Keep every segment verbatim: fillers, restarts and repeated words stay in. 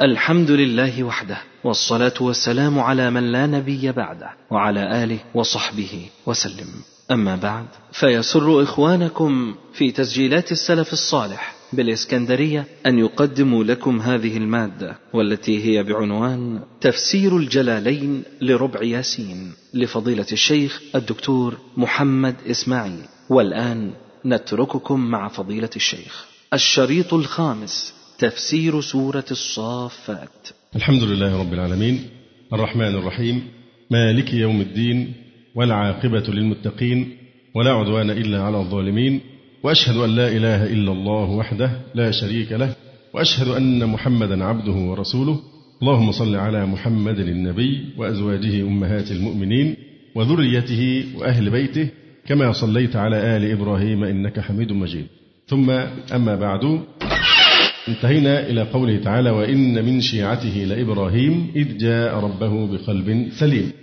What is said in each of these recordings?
الحمد لله وحده، والصلاة والسلام على من لا نبي بعده، وعلى آله وصحبه وسلم. أما بعد، فيسر إخوانكم في تسجيلات السلف الصالح بالإسكندرية أن يقدموا لكم هذه المادة، والتي هي بعنوان تفسير الجلالين لربع ياسين لفضيلة الشيخ الدكتور محمد إسماعيل. والآن نترككم مع فضيلة الشيخ. الشريط الخامس، تفسير سورة الصافات. الحمد لله رب العالمين، الرحمن الرحيم، مالك يوم الدين، والعاقبة للمتقين، ولا عدوان إلا على الظالمين، وأشهد أن لا إله إلا الله وحده لا شريك له، وأشهد أن محمدا عبده ورسوله. اللهم صل على محمد النبي وأزواجه أمهات المؤمنين وذريته وأهل بيته كما صليت على آل إبراهيم إنك حميد مجيد. ثم أما بعد، انتهينا إلى قوله تعالى: وإن من شيعته لإبراهيم إذ جاء ربه بقلب سليم.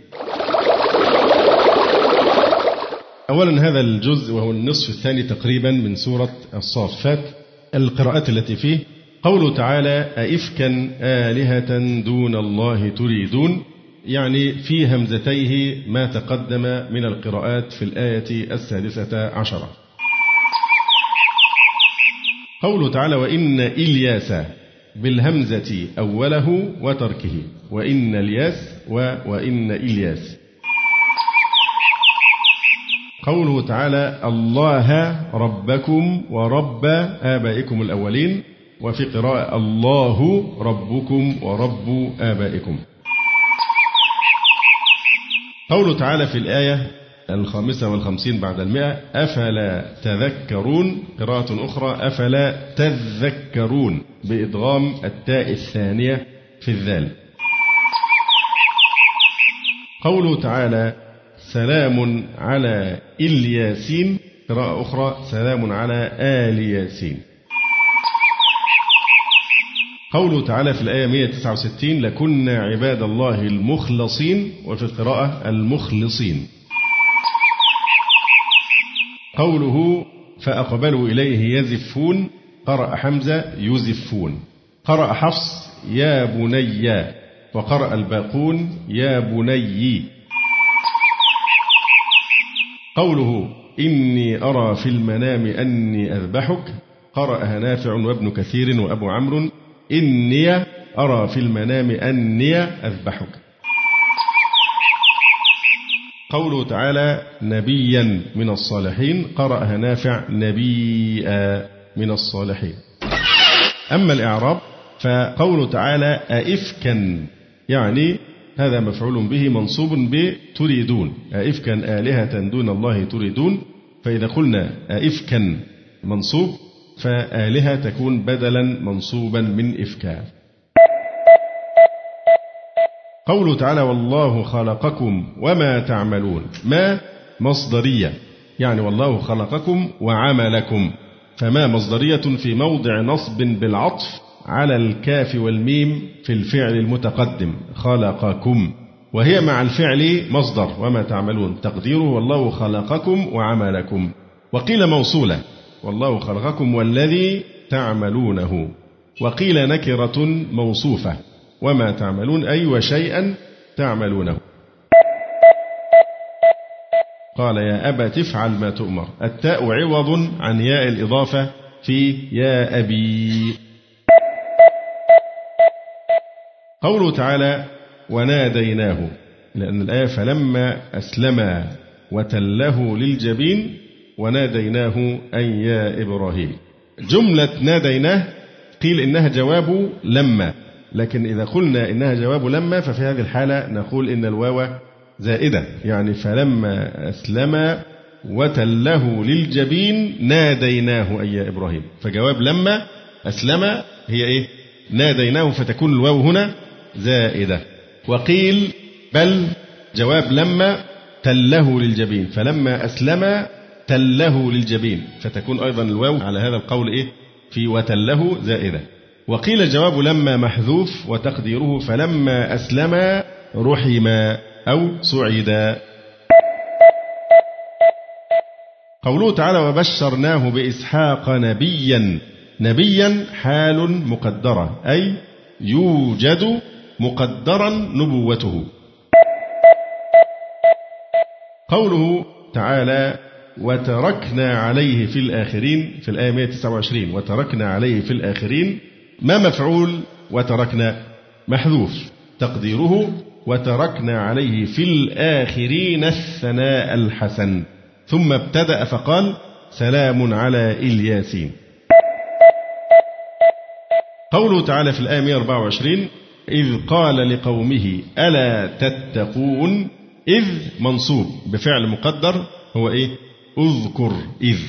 أولا هذا الجزء وهو النصف الثاني تقريبا من سورة الصافات، القراءات التي فيه قوله تعالى: أئفكا آلهة دون الله تريدون، يعني في همزتيه ما تقدم من القراءات في الآية السادسة عشرة. قوله تعالى: وإن إلياس بالهمزة أوله وتركه، وإن إلياس وإن إلياس. قوله تعالى: الله ربكم ورب آبائكم الأولين، وفي قراءة الله ربكم ورب آبائكم. قوله تعالى في الآية الخامسة والخمسين بعد المئة: أفلا تذكرون، قراءة أخرى: أفلا تذكرون، بإدغام التاء الثانية في الذال. قوله تعالى: سلام على الياسين، قراءة أخرى: سلام على آل ياسين. قوله تعالى في الآية مئة وتسعة وستين: لكنا عباد الله المخلصين، وفي القراءة المخلصين. قوله: فأقبلوا إليه يزفون، قرأ حمزة يزفون، قرأ حفص يا بني، وقرأ الباقون يا بني. قوله: إني أرى في المنام أني أذبحك، قرأها نافع وابن كثير وأبو عمرو: إني أرى في المنام أني أذبحك. قوله تعالى: نبيا من الصالحين، قرأها نافع نبيا من الصالحين. أما الإعراب فقوله تعالى: أئفكا، يعني هذا مفعول به منصوب بتريدون، أئفكا آلهة دون الله تريدون. فإذا قلنا أئفكا منصوب، فآلهة تكون بدلا منصوبا من إفكا. قوله تعالى: والله خلقكم وما تعملون، ما مصدرية، يعني والله خلقكم وعملكم، فما مصدرية في موضع نصب بالعطف على الكاف والميم في الفعل المتقدم خلقكم، وهي مع الفعل مصدر وما تعملون، تقديره والله خلقكم وعملكم. وقيل موصولة، والله خلقكم والذي تعملونه. وقيل نكرة موصوفة، وما تعملون أي وشيئا تعملونه. قال: يا أبا تفعل ما تؤمر، التاء عوض عن ياء الإضافة في يا أبي. قوله تعالى: وناديناه، لأن الآية فلما أسلم وتله للجبين وناديناه أي يا إبراهيم. جملة ناديناه قيل إنها جواب لما، لكن إذا قلنا إنها جواب لما ففي هذه الحالة نقول إن الواو زائدة، يعني فلما أسلم وتله للجبين ناديناه أي يا إبراهيم. فجواب لما أسلم هي إيه؟ ناديناه، فتكون الواو هنا زائدة. وقيل بل جواب لما تله للجبين، فلما أسلم تله للجبين، فتكون أيضا الواو على هذا القول إيه؟ في وتله زائدة. وقيل جواب لما محذوف وتقديره فلما أسلم رحما أو سعيدا. قوله تعالى: وبشرناه بإسحاق نبيا، نبيا حال مقدرة، أي يوجد مقدرا نبوته. قوله تعالى وتركنا عليه في الآخرين في الآية مئة وتسعة وعشرين، وتركنا عليه في الآخرين، ما مفعول وتركنا؟ محذوف، تقديره وتركنا عليه في الآخرين الثناء الحسن، ثم ابتدأ فقال سلام على الياسين. قوله تعالى في الآية مئة وأربعة وعشرين إذ قال لقومه ألا تتقون، إذ منصوب بفعل مقدر هو إيه؟ أذكر إذ.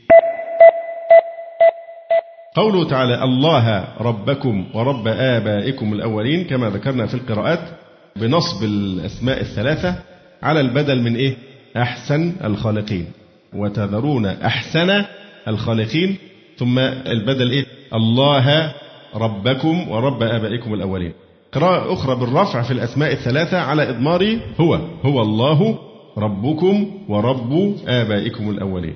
قوله تعالى الله ربكم ورب آبائكم الأولين، كما ذكرنا في القراءات بنصب الأسماء الثلاثة على البدل من إيه؟ أحسن الخالقين، وتذرون أحسن الخالقين، ثم البدل إيه؟ الله ربكم ورب آبائكم الأولين. قراءة أخرى بالرفع في الأسماء الثلاثة على إضمار هو هو الله ربكم ورب آبائكم الأولين.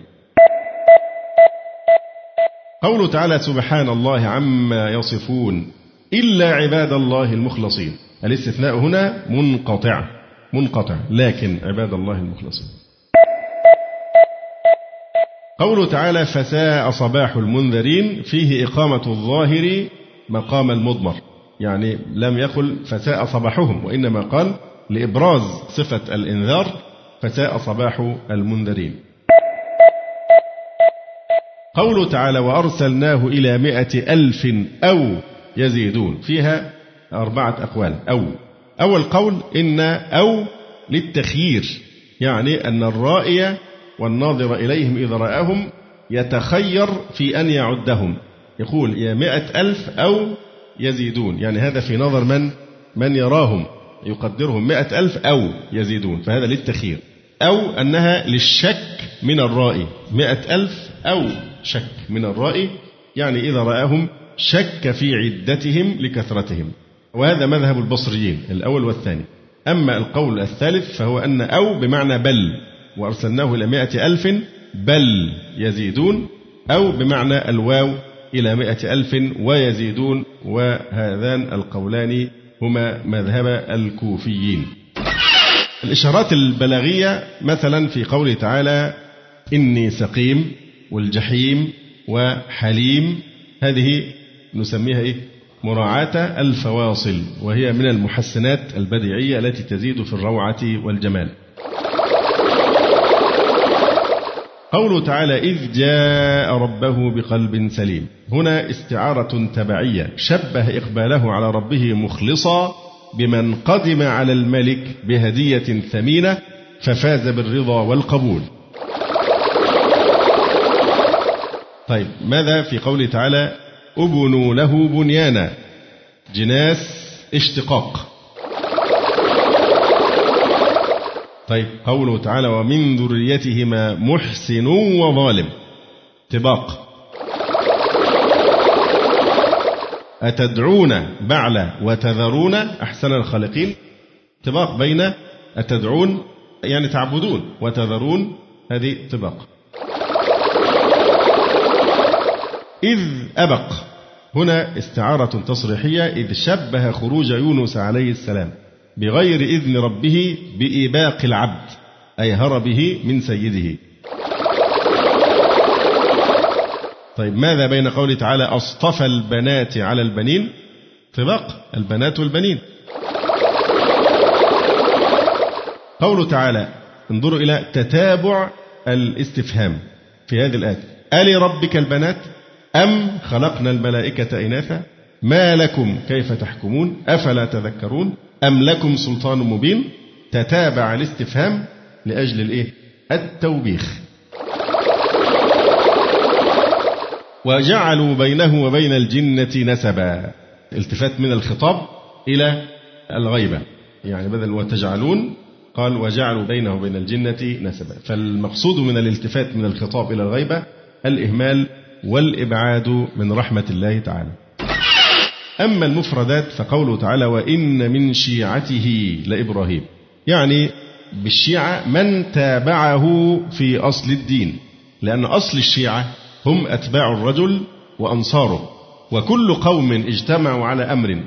قوله تعالى سبحان الله عما يصفون إلا عباد الله المخلصين، الاستثناء هنا منقطع منقطع لكن عباد الله المخلصين. قوله تعالى فساء صباح المنذرين، فيه إقامة الظاهر مقام المضمر، يعني لم يقل فساء صباحهم، وإنما قال لإبراز صفة الإنذار فساء صباح المنذرين. قوله تعالى وأرسلناه إلى مائة ألف أو يزيدون، فيها أربعة أقوال. أو أول قول إن أو للتخيير، يعني أن الرائي والناظر إليهم إذا رآهم يتخير في أن يعدهم، يقول يا مائة ألف أو يزيدون، يعني هذا في نظر من من يراهم يقدرهم مائة ألف أو يزيدون، فهذا للتخيير. أو أنها للشك من الرائي، مائة ألف أو شك من الرائي، يعني إذا رآهم شك في عدتهم لكثرتهم، وهذا مذهب البصريين الأول والثاني. أما القول الثالث فهو أن أو بمعنى بل، وأرسلناه إلى مائة ألف بل يزيدون، أو بمعنى الواو إلى مائة ألف ويزيدون، وهذان القولان هما مذهب الكوفيين. الإشارات البلاغية مثلا في قوله تعالى إني سقيم والجحيم وحليم، هذه نسميها إيه؟ مراعاة الفواصل، وهي من المحسنات البديعية التي تزيد في الروعة والجمال. قوله تعالى إذ جاء ربه بقلب سليم، هنا استعارة تبعية، شبه إقباله على ربه مخلصا بمن قدم على الملك بهدية ثمينة ففاز بالرضا والقبول. طيب ماذا في قوله تعالى أبنوا له بنيانا؟ جناس اشتقاق. طيب قوله تعالى ومن ذريتهما محسن وظالم، طباق. أتدعون بعلا وتذرون أحسن الخالقين، طباق بين أتدعون يعني تعبدون وتذرون هذه طباق. إذ أبق، هنا استعارة تصريحية، إذ شبه خروج يونس عليه السلام بغير إذن ربه بإباق العبد، أي هربه من سيده. طيب ماذا بين قوله تعالى أصطفى البنات على البنين؟ طباق البنات والبنين. قوله تعالى انظروا إلى تتابع الاستفهام في هذه الآية، ألي ربك البنات أم خلقنا الملائكة إناثا ما لكم كيف تحكمون أفلا تذكرون أم لكم سلطان مبين. تتابع الاستفهام لأجل الإيه؟ التوبيخ. وجعلوا بينه وبين الجنة نسبا، التفات من الخطاب إلى الغيبة، يعني بدل وتجعلون قال وجعلوا بينه وبين الجنة نسبا، فالمقصود من الالتفات من الخطاب إلى الغيبة الإهمال والإبعاد من رحمة الله تعالى. أما المفردات فقوله تعالى وإن من شيعته لإبراهيم، يعني بالشيعة من تابعه في أصل الدين، لأن أصل الشيعة هم أتباع الرجل وأنصاره، وكل قوم اجتمعوا على أمر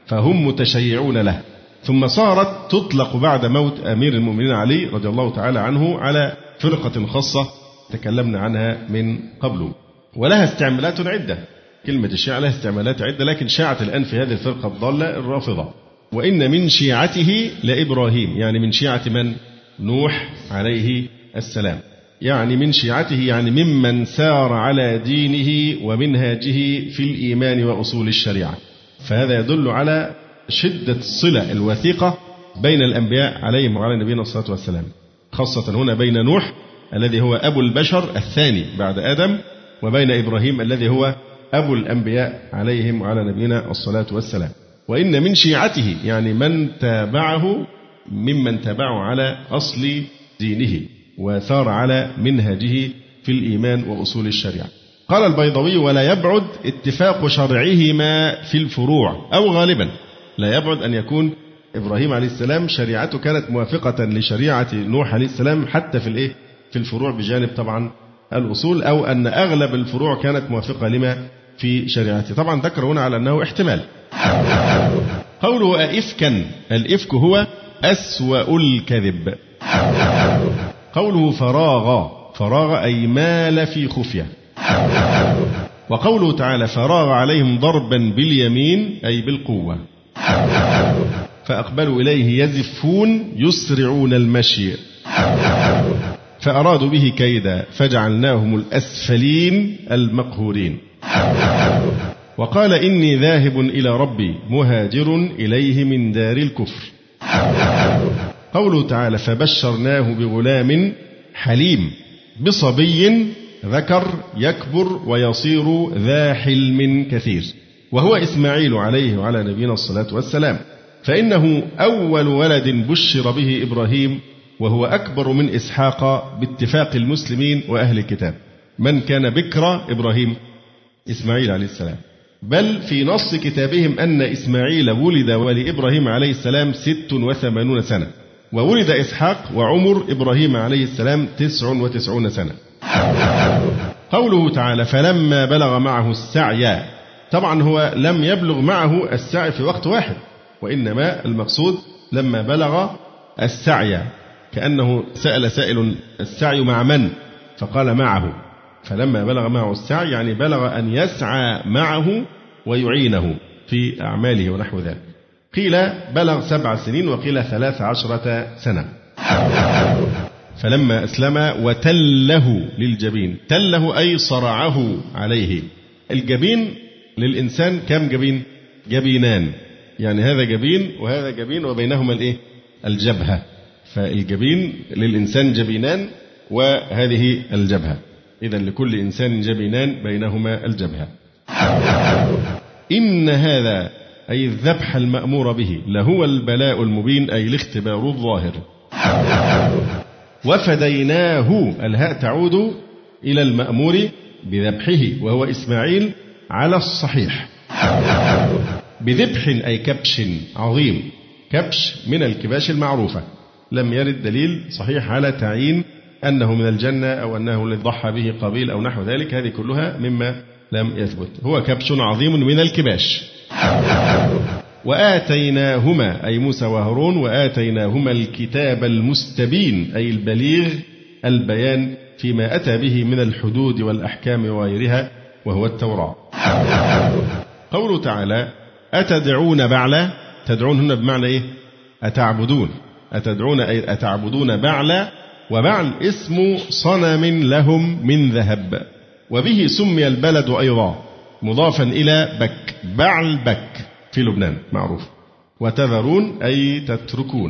فهم متشيعون له. ثم صارت تطلق بعد موت أمير المؤمنين علي رضي الله تعالى عنه على فرقة خاصة تكلمنا عنها من قبل، ولها استعمالات عدة. كلمة الشيعة لها استعمالات عدة، لكن شاعت الآن في هذه الفرقة الضالة الرافضة. وإن من شيعته لإبراهيم، يعني من شيعة من؟ نوح عليه السلام. يعني من شيعته يعني ممن سار على دينه ومنهاجه في الإيمان وأصول الشريعة. فهذا يدل على شدة الصلة الوثيقة بين الأنبياء عليهم وعلى نبينا الصلاة والسلام، خاصة هنا بين نوح الذي هو أبو البشر الثاني بعد آدم، وبين إبراهيم الذي هو أبو الأنبياء عليهم وعلى نبينا الصلاة والسلام. وإن من شيعته يعني من تابعه ممن تابعه على أصل دينه وثار على منهجه في الإيمان وأصول الشريعة. قال البيضاوي: ولا يبعد اتفاق شرعهما في الفروع، أو غالبا لا يبعد أن يكون إبراهيم عليه السلام شريعته كانت موافقة لشريعة نوح عليه السلام حتى في الإيه؟ في الفروع، بجانب طبعا الأصول، أو أن أغلب الفروع كانت موافقة لما في شريعته. طبعا ذكر هنا على أنه احتمال. قوله أئفكا، الإفك هو أسوأ الكذب. قوله فراغ، فراغ أي مال في خفية. وقوله تعالى فراغ عليهم ضربا باليمين أي بالقوة. فأقبلوا إليه يزفون يسرعون المشي. فأرادوا به كيدا فجعلناهم الأسفلين المقهورين. وقال إني ذاهب إلى ربي مهاجر إليه من دار الكفر. قوله تعالى فبشرناه بغلام حليم، بصبي ذكر يكبر ويصير ذا حلم كثير، وهو إسماعيل عليه وعلى نبينا الصلاة والسلام، فإنه أول ولد بشر به إبراهيم، وهو أكبر من إسحاق باتفاق المسلمين وأهل الكتاب. من كان بكر إبراهيم؟ إسماعيل عليه السلام. بل في نص كتابهم أن إسماعيل ولد ولإبراهيم عليه السلام ست وثمانون سنة، وولد إسحاق وعمر إبراهيم عليه السلام تسع وتسعون سنة. قوله تعالى فلما بلغ معه السعي، طبعا هو لم يبلغ معه السعي في وقت واحد، وإنما المقصود لما بلغ السعي، كأنه سأل سائل السعي مع من؟ فقال معه. فلما بلغ معه السعي يعني بلغ أن يسعى معه ويعينه في أعماله ونحو ذلك. قيل بلغ سبع سنين وقيل ثلاث عشرة سنة. فلما أسلم وتله للجبين، تله أي صرعه عليه. الجبين للإنسان كم جبين؟ جبينان، يعني هذا جبين وهذا جبين وبينهما الإيه؟ الجبهة. فالجبين للإنسان جبينان وهذه الجبهة، إذن لكل إنسان جبينان بينهما الجبهة. إن هذا أي الذبح المأمور به لهو البلاء المبين، أي الاختبار الظاهر. وفديناه، الهاء تعود إلى المأمور بذبحه وهو إسماعيل على الصحيح، بذبح أي كبش عظيم، كبش من الكباش المعروفة. لم يرد دليل صحيح على تعيين أنه من الجنة أو أنه الذي ضحى به قابيل أو نحو ذلك، هذه كلها مما لم يثبت. هو كبش عظيم من الكباش. وآتيناهما أي موسى وهارون، وآتيناهما الكتاب المستبين أي البليغ البيان فيما أتى به من الحدود والأحكام وغيرها، وهو التوراة. قوله تعالى أتدعون بعلا، تدعون هنا بمعنى إيه؟ أتعبدون. أتدعون أي أتعبدون بعلا، وبعل اسم صنم لهم من ذهب، وبه سمي البلد أيضا مضافا إلى بك، بعل بك في لبنان معروف. وتذرون أي تتركون.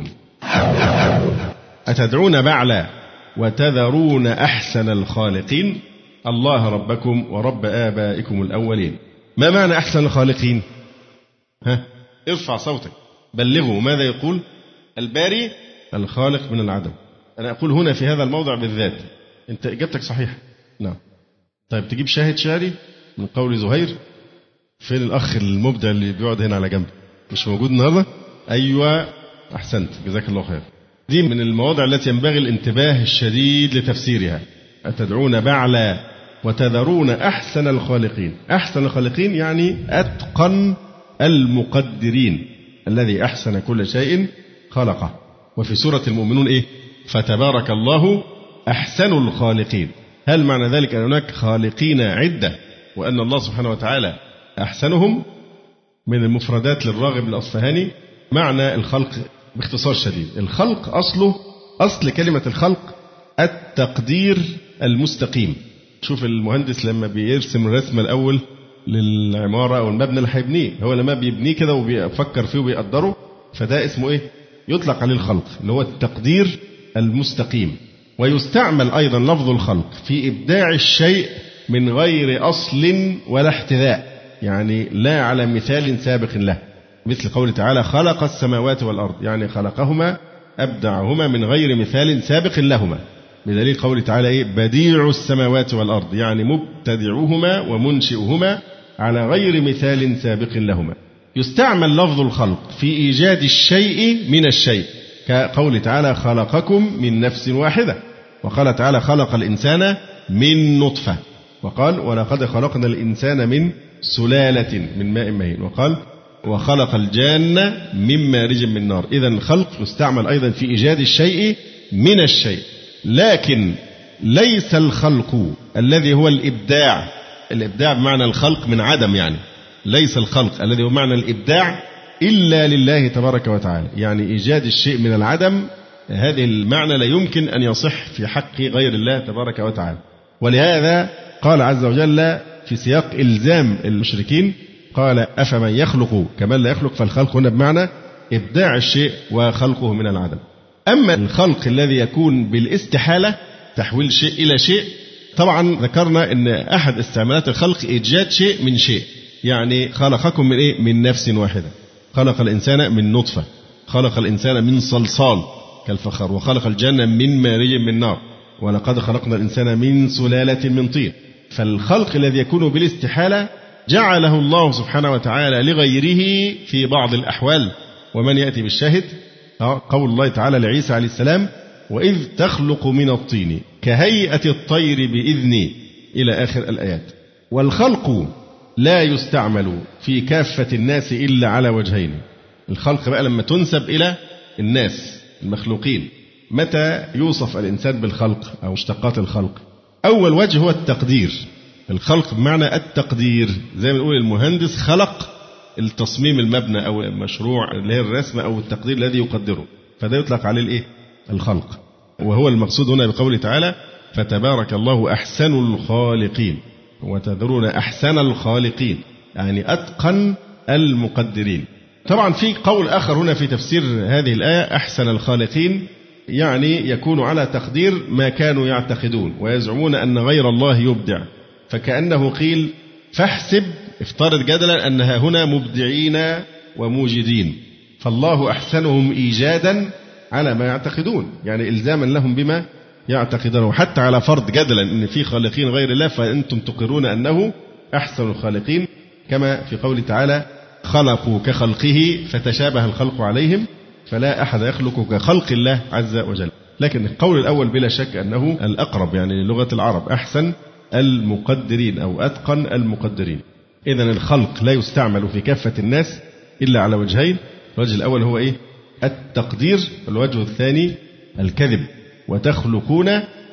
أتدعون بعلا وتذرون أحسن الخالقين الله ربكم ورب آبائكم الأولين. ما معنى أحسن الخالقين؟ ها؟ ارفع صوتك بلغوا ماذا يقول الباري الخالق من العدم. أنا أقول هنا في هذا الموضع بالذات. أنت إجابتك صحيحة. نعم. طيب تجيب شاهد شعري من قول زهير. فين الأخ المبدع اللي بيقعد هنا على جنب؟ مش موجود النهاردة؟ أيوة أحسنت جزاك الله خير. دي من المواضع التي ينبغي الانتباه الشديد لتفسيرها. أتدعون بعلا وتذرون أحسن الخالقين. أحسن الخالقين يعني أتقن المقدرين الذي أحسن كل شيء خلقه. وفي سورة المؤمنون إيه؟ فتبارك الله أحسن الخالقين. هل معنى ذلك أن هناك خالقين عدة وأن الله سبحانه وتعالى أحسنهم؟ من المفردات للراغب الأصفهاني معنى الخلق باختصار شديد. الخلق أصله، أصل كلمة الخلق التقدير المستقيم. شوف المهندس لما بيرسم الرسمة الأول للعمارة أو المبنى اللي هيبنيه، هو لما بيبنيه كده وبيفكر فيه وبيقدره، فده اسمه إيه؟ يطلق عليه الخلق، اللي هو التقدير المستقيم. ويستعمل أيضا لفظ الخلق في إبداع الشيء من غير أصل ولا احتذاء، يعني لا على مثال سابق له، مثل قوله تعالى خلق السماوات والأرض، يعني خلقهما أبدعهما من غير مثال سابق لهما، بدليل قوله تعالى إيه؟ بديع السماوات والأرض، يعني مبتدعهما ومنشئهما على غير مثال سابق لهما. يستعمل لفظ الخلق في إيجاد الشيء من الشيء، كقول تعالى خلقكم من نفس واحدة، وقال تعالى خلق الإنسان من نطفة، وقال ولقد خلقنا الإنسان من سلالة من ماء مهين، وقال وخلق الجان من مارج من نار. إذن الخلق يستعمل أيضا في إيجاد الشيء من الشيء، لكن ليس الخلق الذي هو الإبداع، الإبداع بمعنى الخلق من عدم، يعني ليس الخلق الذي هو معنى الإبداع إلا لله تبارك وتعالى، يعني إيجاد الشيء من العدم، هذه المعنى لا يمكن أن يصح في حق غير الله تبارك وتعالى. ولهذا قال عز وجل في سياق إلزام المشركين قال أفمن يخلق كمن لا يخلق، فالخلق هنا بمعنى إبداع الشيء وخلقه من العدم. أما الخلق الذي يكون بالاستحالة، تحويل شيء إلى شيء، طبعا ذكرنا أن أحد استعمالات الخلق إيجاد شيء من شيء، يعني خلقكم من إيه؟ من نفس واحدة، خلق الإنسان من نطفة، خلق الإنسان من صلصال كالفخار، وخلق الجنة من مارج من نار، ولقد خلقنا الإنسان من سلالة من طين. فالخلق الذي يكون بالاستحالة جعله الله سبحانه وتعالى لغيره في بعض الأحوال. ومن يأتي بالشاهد قول الله تعالى لعيسى عليه السلام وإذ تخلق من الطين كهيئة الطير بإذني إلى آخر الآيات. والخلق لا يستعمل في كافة الناس إلا على وجهين. الخلق بقى لما تنسب إلى الناس المخلوقين، متى يوصف الإنسان بالخلق أو اشتقات الخلق؟ أول وجه هو التقدير. الخلق بمعنى التقدير، زي ما نقول المهندس خلق التصميم المبنى أو المشروع اللي هي الرسم أو التقدير الذي يقدره، فده يطلق عليه الإيه؟ الخلق. وهو المقصود هنا بقوله تعالى فتبارك الله أحسن الخالقين، وتذرون أحسن الخالقين، يعني أتقن المقدرين. طبعا في قول آخر هنا في تفسير هذه الآية أحسن الخالقين، يعني يكون على تقدير ما كانوا يعتقدون ويزعمون أن غير الله يبدع، فكأنه قيل فاحسب، افترض جدلا أنها هنا مبدعين وموجدين، فالله أحسنهم إيجادا على ما يعتقدون، يعني إلزاما لهم بما يعتقدونه. حتى على فرض جدلا أن في خالقين غير الله، فأنتم تقرون أنه أحسن الخالقين، كما في قول تعالى خلقوا كخلقه فتشابه الخلق عليهم فلا أحد يخلق كخلق الله عز وجل. لكن القول الأول بلا شك أنه الأقرب، يعني للغة العرب أحسن المقدرين أو أتقن المقدرين. إذن الخلق لا يستعمل في كافة الناس إلا على وجهين. الوجه الأول هو إيه؟ التقدير. الوجه الثاني الكذب. وتخلقون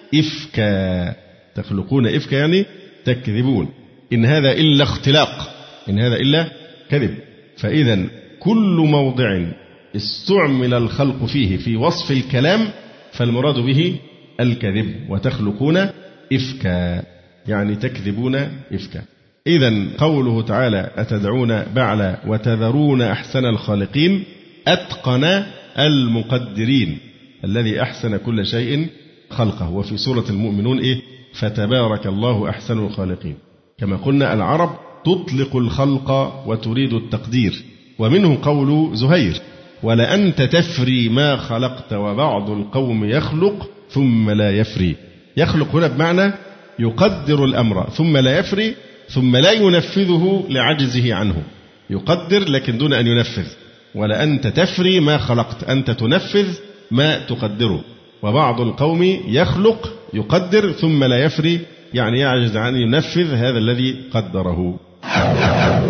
إفكا، تخلقون إفكا يعني تكذبون، إن هذا إلا اختلاق، إن هذا إلا كذب. فإذا كل موضع استعمل الخلق فيه في وصف الكلام فالمراد به الكذب. وتخلقون إفكا يعني تكذبون إفكا. إذن قوله تعالى أتدعون بعلا وتذرون أحسن الخالقين، أتقن المقدرين الذي أحسن كل شيء خلقه. وفي سورة المؤمنون إيه؟ فتبارك الله أحسن الخالقين. كما قلنا العرب تطلق الخلق وتريد التقدير، ومنه قول زهير ولأنت تفري ما خلقت وبعض القوم يخلق ثم لا يفري. يخلق هنا بمعنى يقدر الأمر ثم لا يفري، ثم لا ينفذه لعجزه عنه، يقدر لكن دون أن ينفذ. ولأنت تفري ما خلقت، أنت تنفذ ما تقدره. وبعض القوم يخلق يقدر ثم لا يفري، يعني يعجز عن ينفذ هذا الذي قدره.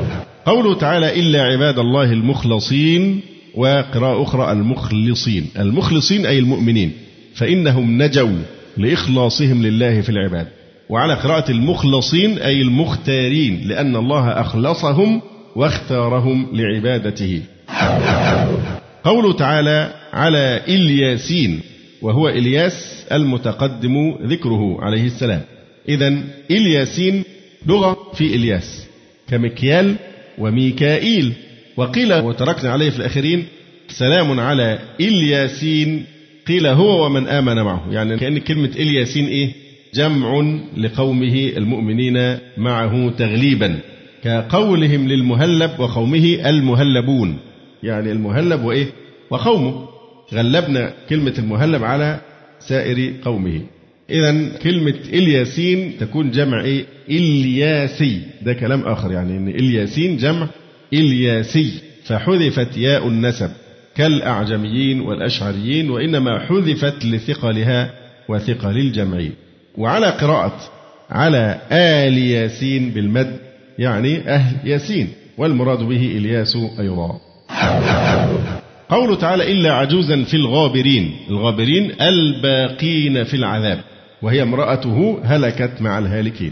قوله تعالى إلا عباد الله المخلصين، وقراءة أخرى المخلصين. المخلصين أي المؤمنين، فإنهم نجوا لإخلاصهم لله في العباد. وعلى قراءة المخلصين أي المختارين، لأن الله أخلصهم واختارهم لعبادته. قوله تعالى على إلياسين، وهو إلياس المتقدم ذكره عليه السلام. إذن إلياسين لغة في إلياس كمكيال وميكائيل. وقيل وتركنا عليه في الآخرين سلام على إلياسين، قيل هو ومن آمن معه، يعني كأن كلمة إلياسين إيه؟ جمع لقومه المؤمنين معه تغليبا، كقولهم للمهلب وقومه المهلبون، يعني المهلب وإيه؟ وقومه، غلبنا كلمة المهلب على سائر قومه. إذن كلمة إلياسين تكون جمع إيه؟ إلياسي، ده كلام آخر، يعني إن إلياسين جمع إلياسي، فحذفت ياء النسب كالأعجميين والأشعريين، وإنما حذفت لثقلها وثقل الجمعين. وعلى قراءة على آل ياسين بالمد، يعني أهل ياسين، والمراد به إلياس أيضا. قوله تعالى إلا عجوزا في الغابرين، الغابرين الباقين في العذاب، وهي امرأته هلكت مع الهالكين.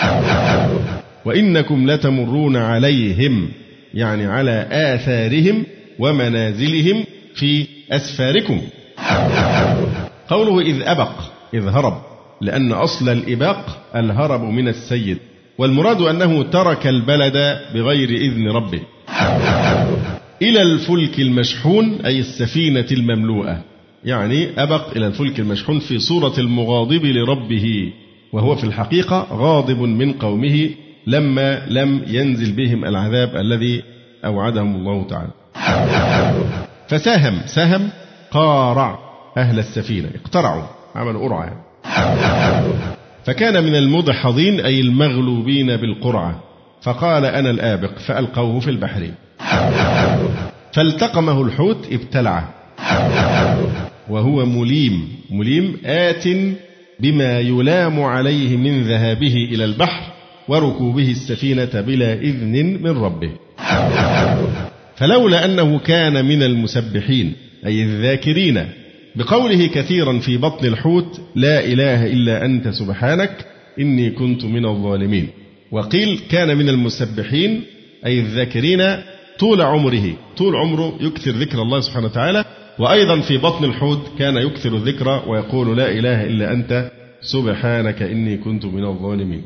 وإنكم لتمرون عليهم، يعني على آثارهم ومنازلهم في أسفاركم. قوله إذ أبق، إذ هرب، لأن أصل الإباق الهرب من السيد، والمراد أنه ترك البلد بغير إذن ربه. إلى الفلك المشحون أي السفينة المملوءة، يعني أبق إلى الفلك المشحون في صورة المغاضب لربه، وهو في الحقيقة غاضب من قومه لما لم ينزل بهم العذاب الذي أوعدهم الله تعالى. فساهم، ساهم قارع أهل السفينة، اقترعوا، عملوا قرعة، فكان من المدحضين أي المغلوبين بالقرعة، فقال أنا الآبق، فألقوه في البحر فالتقمه الحوت ابتلعه، وهو مليم، مليم آت بما يلام عليه من ذهابه إلى البحر وركوبه السفينة بلا إذن من ربه. فلولا أنه كان من المسبحين أي الذاكرين بقوله كثيرا في بطن الحوت لا إله إلا أنت سبحانك إني كنت من الظالمين. وقيل كان من المسبحين أي الذاكرين طول عمره، طول عمره يكثر ذكر الله سبحانه وتعالى. وأيضا في بطن الحوت كان يكثر الذكر ويقول لا إله إلا أنت سبحانك إني كنت من الظالمين.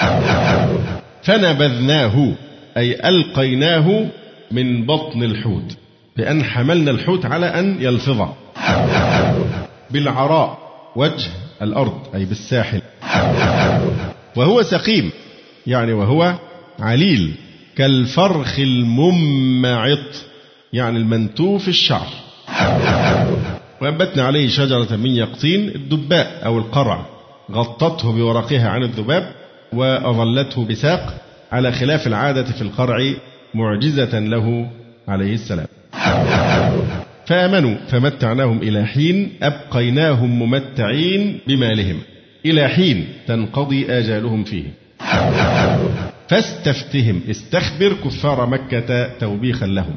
فنبذناه أي ألقيناه من بطن الحوت، بأن حملنا الحوت على أن يلفظ بالعراء وجه الأرض أي بالساحل، وهو سقيم، يعني وهو عليل كالفرخ الممعط، يعني المنتوف الشعر. وأنبتنا عليه شجرة من يقطين، الدباء أو القرع، غطته بورقها عن الذباب وأظلته بساق، على خلاف العادة في القرع، معجزة له عليه السلام. فآمنوا فمتعناهم إلى حين، أبقيناهم ممتعين بمالهم إلى حين تنقضي آجالهم فيه. فاستفتهم، استخبر كفار مكة توبيخا لهم.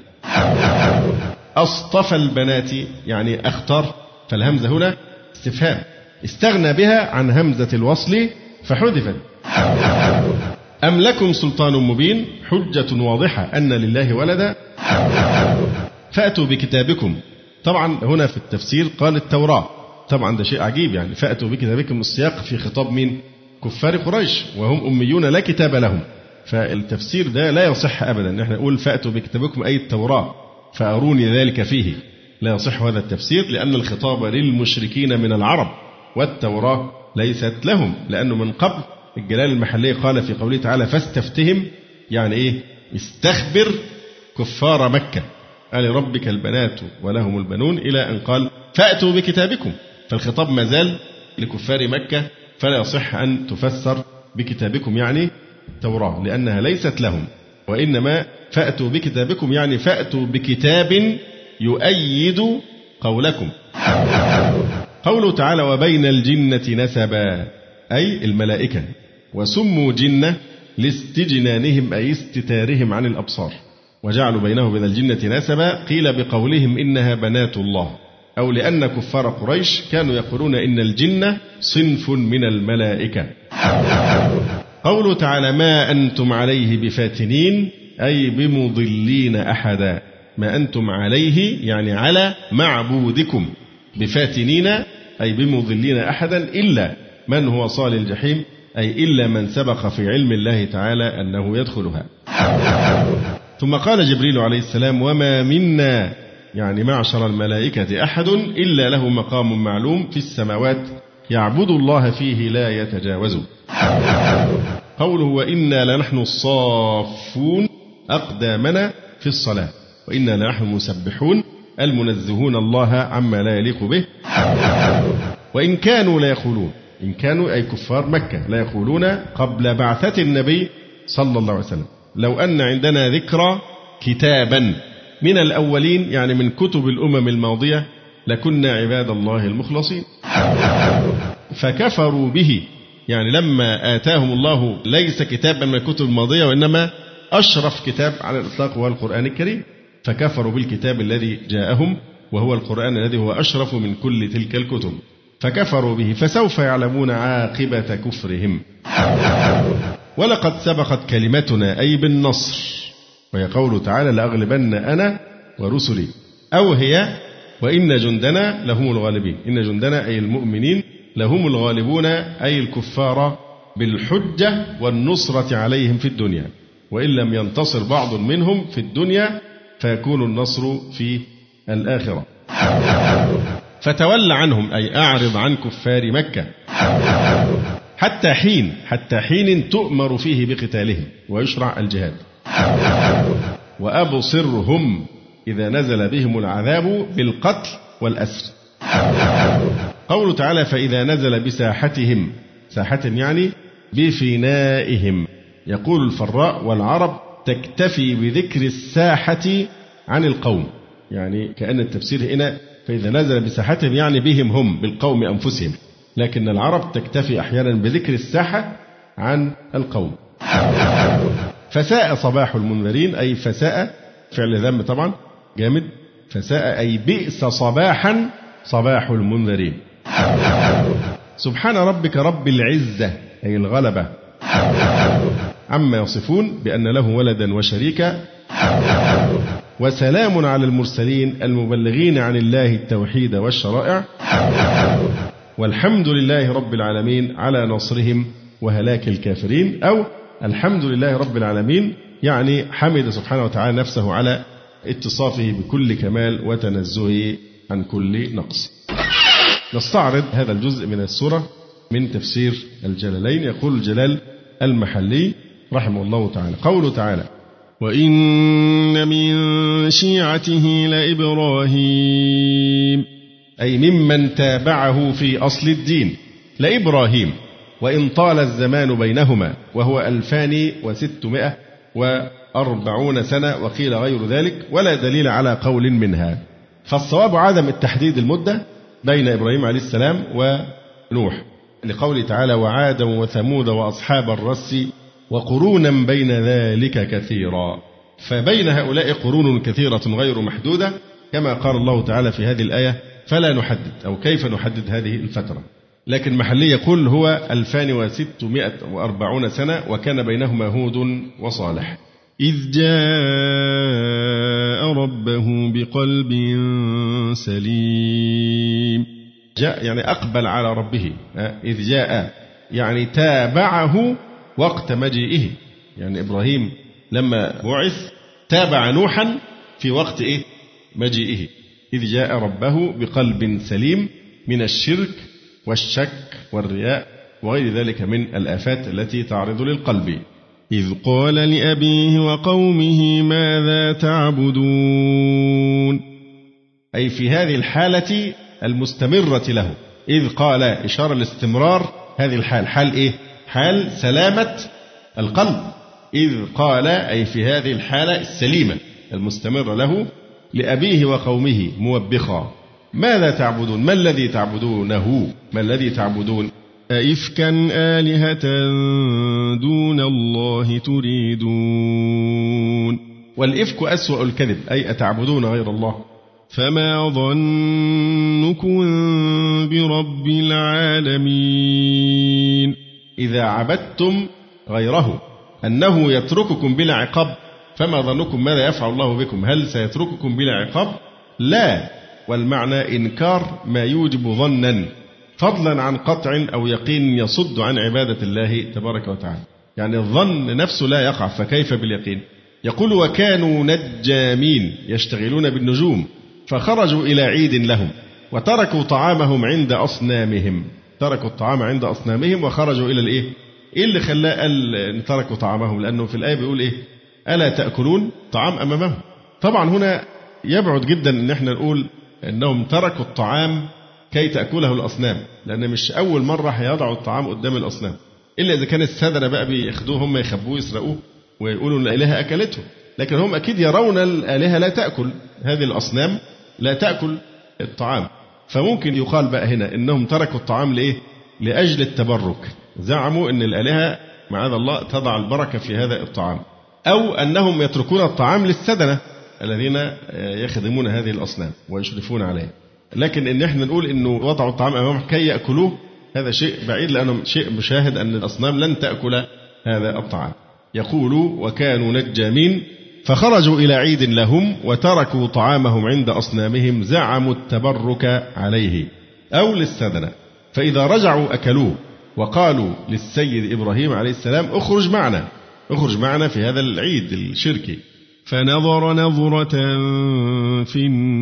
أصطفى البنات، يعني أختار، فالهمزة هنا استفهام، استغنى بها عن همزة الوصل فحذفت. أم لكم سلطان مبين، حجة واضحة أن لله ولدا، فأتوا بكتابكم. طبعا هنا في التفسير قال التوراة، طبعا ده شيء عجيب، يعني فأتوا بكتابكم، السياق في خطاب مين؟ كفار قريش، وهم أميون لا كتاب لهم. فالتفسير ده لا يصح أبدا، نحن نقول فأتوا بكتابكم أي التوراة فأروني ذلك فيه، لا يصح هذا التفسير، لأن الخطاب للمشركين من العرب، والتوراة ليست لهم، لأنه من قبل الجلالة المحلية قال في قوله تعالى فاستفتهم، يعني إيه؟ استخبر كفار مكة، قال ربك البنات ولهم البنون، إلى أن قال فأتوا بكتابكم، فالخطاب ما زال لكفار مكة، فلا يصح أن تفسر بكتابكم يعني التوراة، لأنها ليست لهم، وإنما فأتوا بكتابكم يعني فأتوا بكتاب يؤيد قولكم. قوله تعالى وبين الجنة نسبا أي الملائكة، وسموا جنة لاستجنانهم أي استتارهم عن الأبصار، وجعلوا بينه وبين الجنة نسبا قيل بقولهم إنها بنات الله، أو لأن كفار قريش كانوا يقولون إن الجن صنف من الملائكة. قوله تعالى ما أنتم عليه بفاتنين أي بمضلين أحدا، ما أنتم عليه يعني على معبودكم، بفاتنين أي بمضلين أحدا إلا من هو صال الجحيم، أي إلا من سبق في علم الله تعالى أنه يدخلها. ثم قال جبريل عليه السلام وما منا يعني معشر الملائكة أحد إلا له مقام معلوم في السماوات يعبد الله فيه لا يتجاوز. قوله وإنا لنحن الصافون أقدامنا في الصلاة، وإنا لنحن المسبحون المنزهون الله عما لا يليق به. وإن كانوا لا يقولون، إن كانوا أي كفار مكة لا يقولون قبل بعثة النبي صلى الله عليه وسلم لو أن عندنا ذكرى كتابا من الأولين يعني من كتب الأمم الماضية لكنا عباد الله المخلصين. فكفروا به يعني لما آتاهم الله ليس كتابا من الكتب الماضية وإنما أشرف كتاب على الإطلاق هو القرآن الكريم، فكفروا بالكتاب الذي جاءهم وهو القرآن الذي هو أشرف من كل تلك الكتب، فكفروا به فسوف يعلمون عاقبة كفرهم. ولقد سبقت كلمتنا أي بالنصر، وهي قوله تعالى لأغلبن أنا ورسلي، أو هي وإن جندنا لهم الغالبين، إن جندنا أي المؤمنين لهم الغالبون أي الكفار بالحجة والنصرة عليهم في الدنيا، وإن لم ينتصر بعض منهم في الدنيا فيكون النصر في الآخرة. فتول عنهم أي أعرض عن كفار مكة حتى حين حتى حين تؤمر فيه بقتالهم ويشرع الجهاد. وأبصرهم إذا نزل بهم العذاب بالقتل والأسر. قوله تعالى فإذا نزل بساحتهم، ساحة يعني بفنائهم. يقول الفراء والعرب تكتفي بذكر الساحة عن القوم، يعني كأن التفسير هنا فإذا نزل بساحتهم يعني بهم هم بالقوم أنفسهم، لكن العرب تكتفي أحيانا بذكر الساحة عن القوم. فساء صباح المنذرين أي فساء فعل ذم طبعا جامد، فساء أي بئس صباحا صباح المنذرين. سبحان ربك رب العزة أي الغلبة عما يصفون بأن له ولدا وشريكا. وسلام على المرسلين المبلغين عن الله التوحيد والشرائع. والحمد لله رب العالمين على نصرهم وهلاك الكافرين، أو الحمد لله رب العالمين يعني حمد سبحانه وتعالى نفسه على اتصافه بكل كمال وتنزهه عن كل نقص. نستعرض هذا الجزء من السورة من تفسير الجلالين. يقول الجلال المحلي رحمه الله تعالى قوله تعالى وإن من شيعته لإبراهيم أي ممن تابعه في أصل الدين لإبراهيم، وإن طال الزمان بينهما وهو ألفان وستمائة وأربعون سنة وقيل غير ذلك، ولا دليل على قول منها. فالصواب عدم التحديد المدة بين إبراهيم عليه السلام ونوح، لقوله تعالى وعادا وثمود وأصحاب الرس وقرونا بين ذلك كثيرا، فبين هؤلاء قرون كثيرة غير محدودة كما قال الله تعالى في هذه الآية فلا نحدد، أو كيف نحدد هذه الفترة. لكن محلي يقول هو ألفان وستمائة وأربعون سنة وكان بينهما هود وصالح. إذ جاء ربه بقلب سليم، جاء يعني أقبل على ربه، إذ جاء يعني تابعه وقت مجيئه، يعني إبراهيم لما بعث تابع نوحا في وقت إيه؟ مجيئه. إذ جاء ربه بقلب سليم من الشرك والشك والرياء وغير ذلك من الآفات التي تعرض للقلب. إذ قال لأبيه وقومه ماذا تعبدون، أي في هذه الحالة المستمرة له. إذ قال إشارة الاستمرار هذه الحال، حال إيه؟ حال سلامة القلب. إذ قال أي في هذه الحالة السليمة المستمرة له لأبيه وقومه موبخا ماذا تعبدون، ما الذي تعبدونه، ما الذي تعبدون. أئفكا آلهة دون الله تريدون، والإفك أسوأ الكذب، أي أتعبدون غير الله. فما ظنكم برب العالمين. إذا عبدتم غيره أنه يترككم بلا عقاب، فما ظنكم ماذا يفعل الله بكم؟ هل سيترككم بلا عقاب؟ لا، والمعنى إنكار ما يوجب ظنا، فضلا عن قطع أو يقين يصد عن عبادة الله تبارك وتعالى. يعني الظن نفسه لا يقع، فكيف باليقين؟ يقول وكانوا نجامين يشتغلون بالنجوم، فخرجوا إلى عيد لهم وتركوا طعامهم عند أصنامهم. تركوا الطعام عند أصنامهم وخرجوا إلى الإيه؟ إيه اللي خلاه قال تركوا طعامهم؟ لأنه في الآية بيقول إيه؟ ألا تأكلون طعام أمامهم. طبعا هنا يبعد جدا أن احنا نقول أنهم تركوا الطعام كي تأكله الأصنام، لأن مش أول مرة هيضعوا الطعام قدام الأصنام، إلا إذا كان السادة بقى بياخدوه هم يخبوه يسرقوه ويقولوا أن الآلهة أكلته، لكن هم أكيد يرون الآلهة لا تأكل، هذه الأصنام لا تأكل الطعام. فممكن يقال بقى هنا إنهم تركوا الطعام لإيه؟ لأجل التبرك، زعموا أن الآلهة معاذ الله تضع البركة في هذا الطعام، أو أنهم يتركون الطعام للسدنة الذين يخدمون هذه الأصنام ويشرفون عليها. لكن إن إحنا نقول إنه وضعوا الطعام أمامهم كي يأكلوه، هذا شيء بعيد، لأنه شيء مشاهد أن الأصنام لن تأكل هذا الطعام. يقول وكانوا نجامين فخرجوا إلى عيد لهم وتركوا طعامهم عند أصنامهم، زعموا التبرك عليه أو للسدنة، فإذا رجعوا أكلوه وقالوا للسيد إبراهيم عليه السلام اخرج معنا، اخرج معنا في هذا العيد الشركي. فنظر نظرة في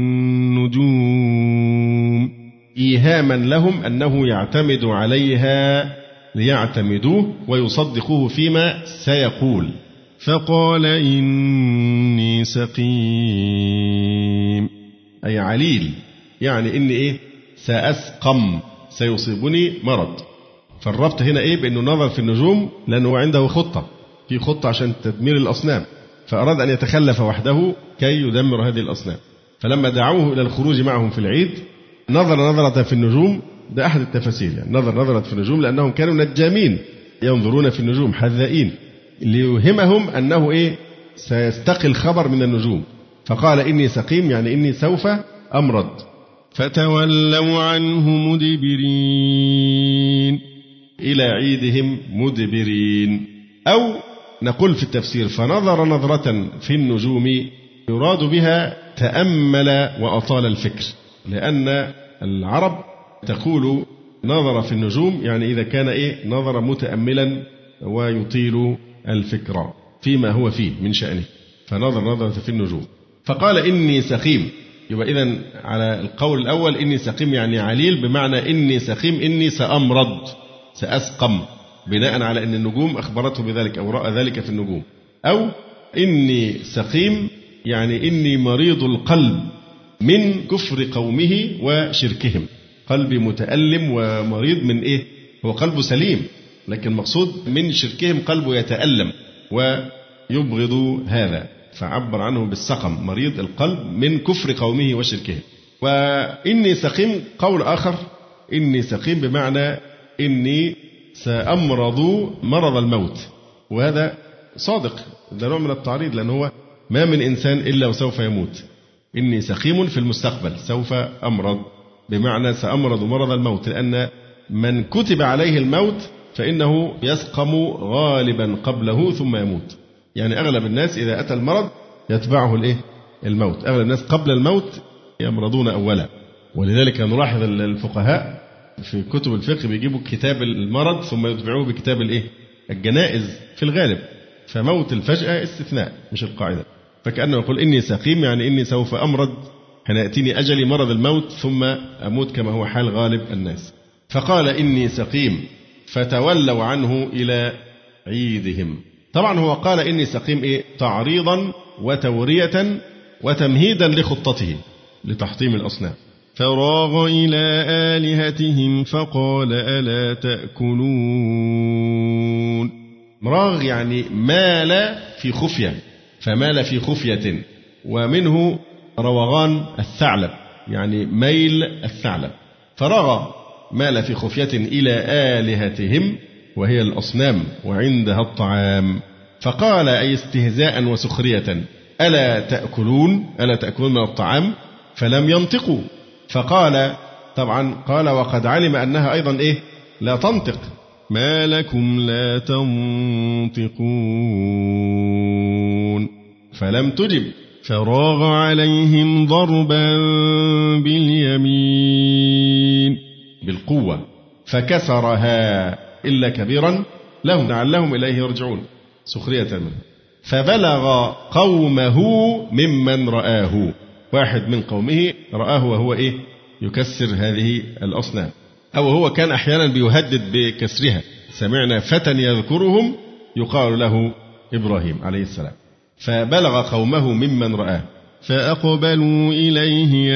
النجوم، إيهاما لهم أنه يعتمد عليها ليعتمدوه ويصدقوه فيما سيقول. فقال إني سقيم، أي عليل، يعني إني إيه؟ سأسقم، سيصيبني مرض. فالربط هنا إيه؟ بأنه نظر في النجوم لأنه عنده خطة، في خطة عشان تدمير الأصنام، فأراد أن يتخلف وحده كي يدمر هذه الأصنام. فلما دعوه إلى الخروج معهم في العيد نظر نظرة في النجوم، ده أحد التفاسير، يعني نظر نظرة في النجوم لأنهم كانوا نجامين ينظرون في النجوم حذائين، ليوهمهم أنه إيه؟ سيستقي الخبر من النجوم. فقال إني سقيم، يعني إني سوف أمرض. فتولوا عنه مدبرين، إلى عيدهم مدبرين. أو نقول في التفسير فنظر نظرة في النجوم يراد بها تأمل وأطال الفكر، لأن العرب تقول نظر في النجوم، يعني إذا كان إيه؟ نظر متأملا ويطيل الفكر فيما هو فيه من شأنه، فنظر نظرة في النجوم. فقال إني سقيم، يبقى إذن على القول الأول إني سقيم يعني عليل، بمعنى إني سقيم إني سأمرض سأسقم، بناء على أن النجوم أخبرته بذلك أو رأى ذلك في النجوم. أو إني سقيم يعني إني مريض القلب من كفر قومه وشركهم، قلبي متألم ومريض من إيه؟ هو قلبه سليم، لكن مقصود من شركهم قلبه يتألم ويبغض هذا، فعبر عنه بالسقم، مريض القلب من كفر قومه وشركهم. وإني سقيم قول آخر، إني سقيم بمعنى إني سأمرض مرض الموت، وهذا صادق، ده نوع من التعريض، لأنه هو ما من إنسان إلا وسوف يموت. إني سقيم في المستقبل، سوف أمرض، بمعنى سأمرض مرض الموت، لأن من كتب عليه الموت فإنه يسقم غالبا قبله ثم يموت. يعني أغلب الناس إذا أتى المرض يتبعه الإيه؟ الموت. أغلب الناس قبل الموت يمرضون أولا، ولذلك نلاحظ الفقهاء في كتب الفقه بيجيبوا كتاب المرض ثم يتبعوه بكتاب الإيه؟ الجنائز في الغالب، فموت الفجأة استثناء مش القاعدة. فكأنه يقول إني سقيم يعني إني سوف أمرض، حين يأتيني أجلي مرض الموت ثم أموت كما هو حال غالب الناس. فقال إني سقيم فتولوا عنه إلى عيدهم. طبعا هو قال إني سقيم إيه؟ تعريضا وتورية وتمهيدا لخطته لتحطيم الأصنام. فراغ إلى آلهتهم فقال ألا تأكلون. مراغ يعني مال في خفية، فمال في خفية، ومنه روغان الثعلب يعني ميل الثعلب. فراغ مال في خفية إلى آلهتهم وهي الأصنام وعندها الطعام. فقال أي استهزاء وسخرية ألا تأكلون ألا تأكلون من الطعام فلم ينطقوا. فقال طبعا قال وقد علم أنها أيضا إيه لا تنطق ما لكم لا تنطقون فلم تجب فراغ عليهم ضربا باليمين بالقوة فكسرها إلا كبيرا لهم لعلهم إليه يرجعون سخرية منه. فبلغ قومه ممن رآه واحد من قومه رآه وهو إيه يكسر هذه الأصنام أو هو كان أحيانا بيهدد بكسرها سمعنا فتى يذكرهم يقال له إبراهيم عليه السلام. فبلغ قومه ممن رآه فأقبلوا إليه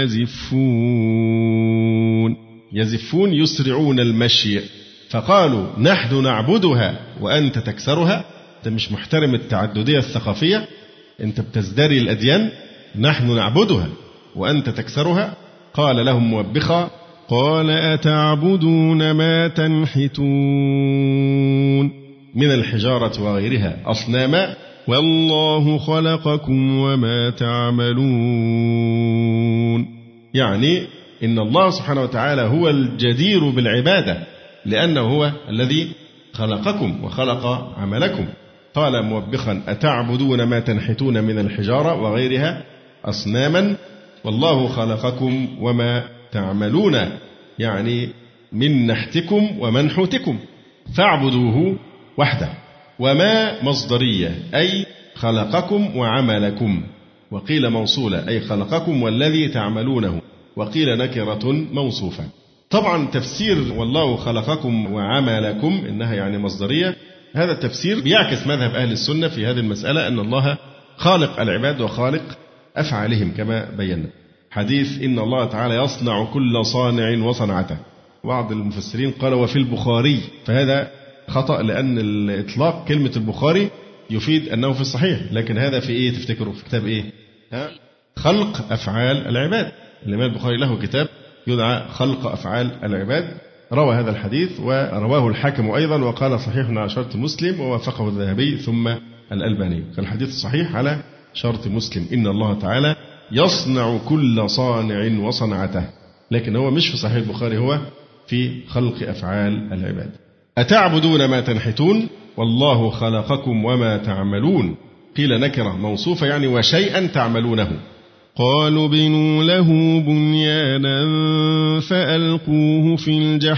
يزفون يزفون يسرعون المشي. فقالوا نحن نعبدها وأنت تكسرها. أنت مش محترم التعددية الثقافية أنت بتزدري الأديان. نحن نعبدها وأنت تكسرها. قال لهم موبخا قال أتعبدون ما تنحتون من الحجارة وغيرها أصناما والله خلقكم وما تعملون. يعني إن الله سبحانه وتعالى هو الجدير بالعبادة لأنه هو الذي خلقكم وخلق عملكم. قال موبخا أتعبدون ما تنحتون من الحجارة وغيرها أصناما والله خلقكم وما تعملون يعني من نحتكم ومنحوتكم فاعبدوه وحده. وما مصدرية أي خلقكم وعملكم وقيل موصولة أي خلقكم والذي تعملونه وقيل نكرة موصوفة. طبعا تفسير والله خلقكم وعملكم إنها يعني مصدرية هذا التفسير بيعكس مذهب أهل السنة في هذه المسألة أن الله خالق العباد وخالق أفعالهم كما بينا. حديث إن الله تعالى يصنع كل صانع وصنعته. بعض المفسرين قال وفي البخاري فهذا خطأ لأن الإطلاق كلمة البخاري يفيد أنه في الصحيح لكن هذا في إيه تفتكروا في كتاب إيه ها؟ خلق أفعال العباد. الإمام البخاري له كتاب يدعى خلق أفعال العباد روى هذا الحديث ورواه الحاكم أيضا وقال صحيح على شرط مسلم ووافقه الذهبي ثم الألباني. فالحديث الصحيح على شرط مسلم إن الله تعالى يصنع كل صانع وصنعته لكن هو مش في صحيح البخاري هو في خلق أفعال العباد. أتعبدون ما تنحتون والله خلقكم وما تعملون قيل نكرة موصوفة يعني وشيئا تعملونه. قالوا بنوا له بنيانا فألقوه في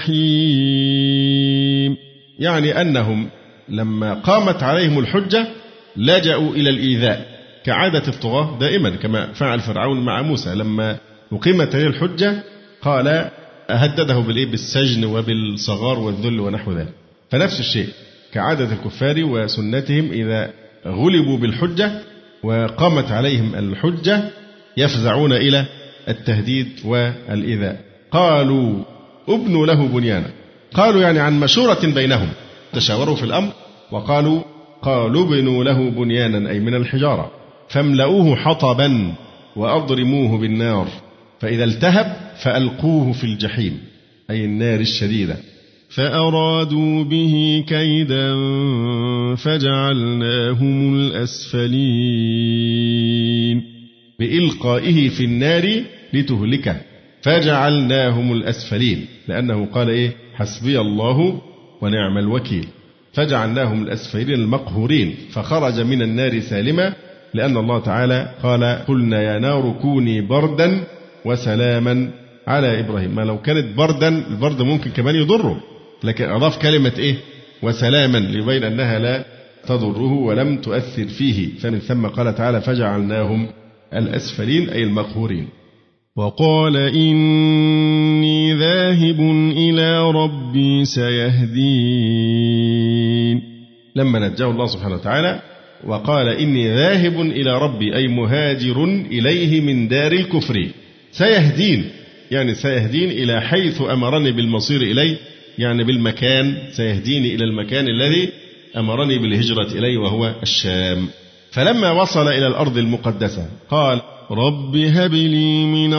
الجحيم يعني أنهم لما قامت عليهم الحجة لجأوا إلى الإيذاء كعادة الطغاة دائما كما فعل فرعون مع موسى لما أقيمت عليه الحجة قال هدده بالسجن وبالصغار والذل ونحو ذلك. فنفس الشيء كعادة الكفار وسنتهم إذا غلبوا بالحجة وقامت عليهم الحجة يفزعون إلى التهديد والإيذاء. قالوا ابنوا له بنيانا قالوا يعني عن مشورة بينهم تشاوروا في الأمر وقالوا قالوا ابنوا له بنيانا أي من الحجارة فاملؤوه حطبا وأضرموه بالنار فإذا التهب فألقوه في الجحيم أي النار الشديدة. فأرادوا به كيدا فجعلناهم الأسفلين بإلقائه في النار لتهلكه فجعلناهم الأسفلين لأنه قال إيه حسبي الله ونعم الوكيل فجعلناهم الأسفلين المقهورين فخرج من النار سالما لأن الله تعالى قال قلنا يا نار كوني بردا وسلاما على إبراهيم. ما لو كانت بردا البرد ممكن كمان يضره لكن أضاف كلمة إيه وسلاما ليبين أنها لا تضره ولم تؤثر فيه فمن ثم قال تعالى فجعلناهم الأسفلين أي المقهورين. وقال إني ذاهب إلى ربي سيهدين لما نجاه الله سبحانه وتعالى وقال إني ذاهب إلى ربي أي مهاجر إليه من دار الكفر سيهدين يعني سيهدين إلى حيث أمرني بالمصير إليه يعني بالمكان سيهديني إلى المكان الذي أمرني بالهجرة إليه وهو الشام. فلما وصل إلى الأرض المقدسة قال رب هب لي من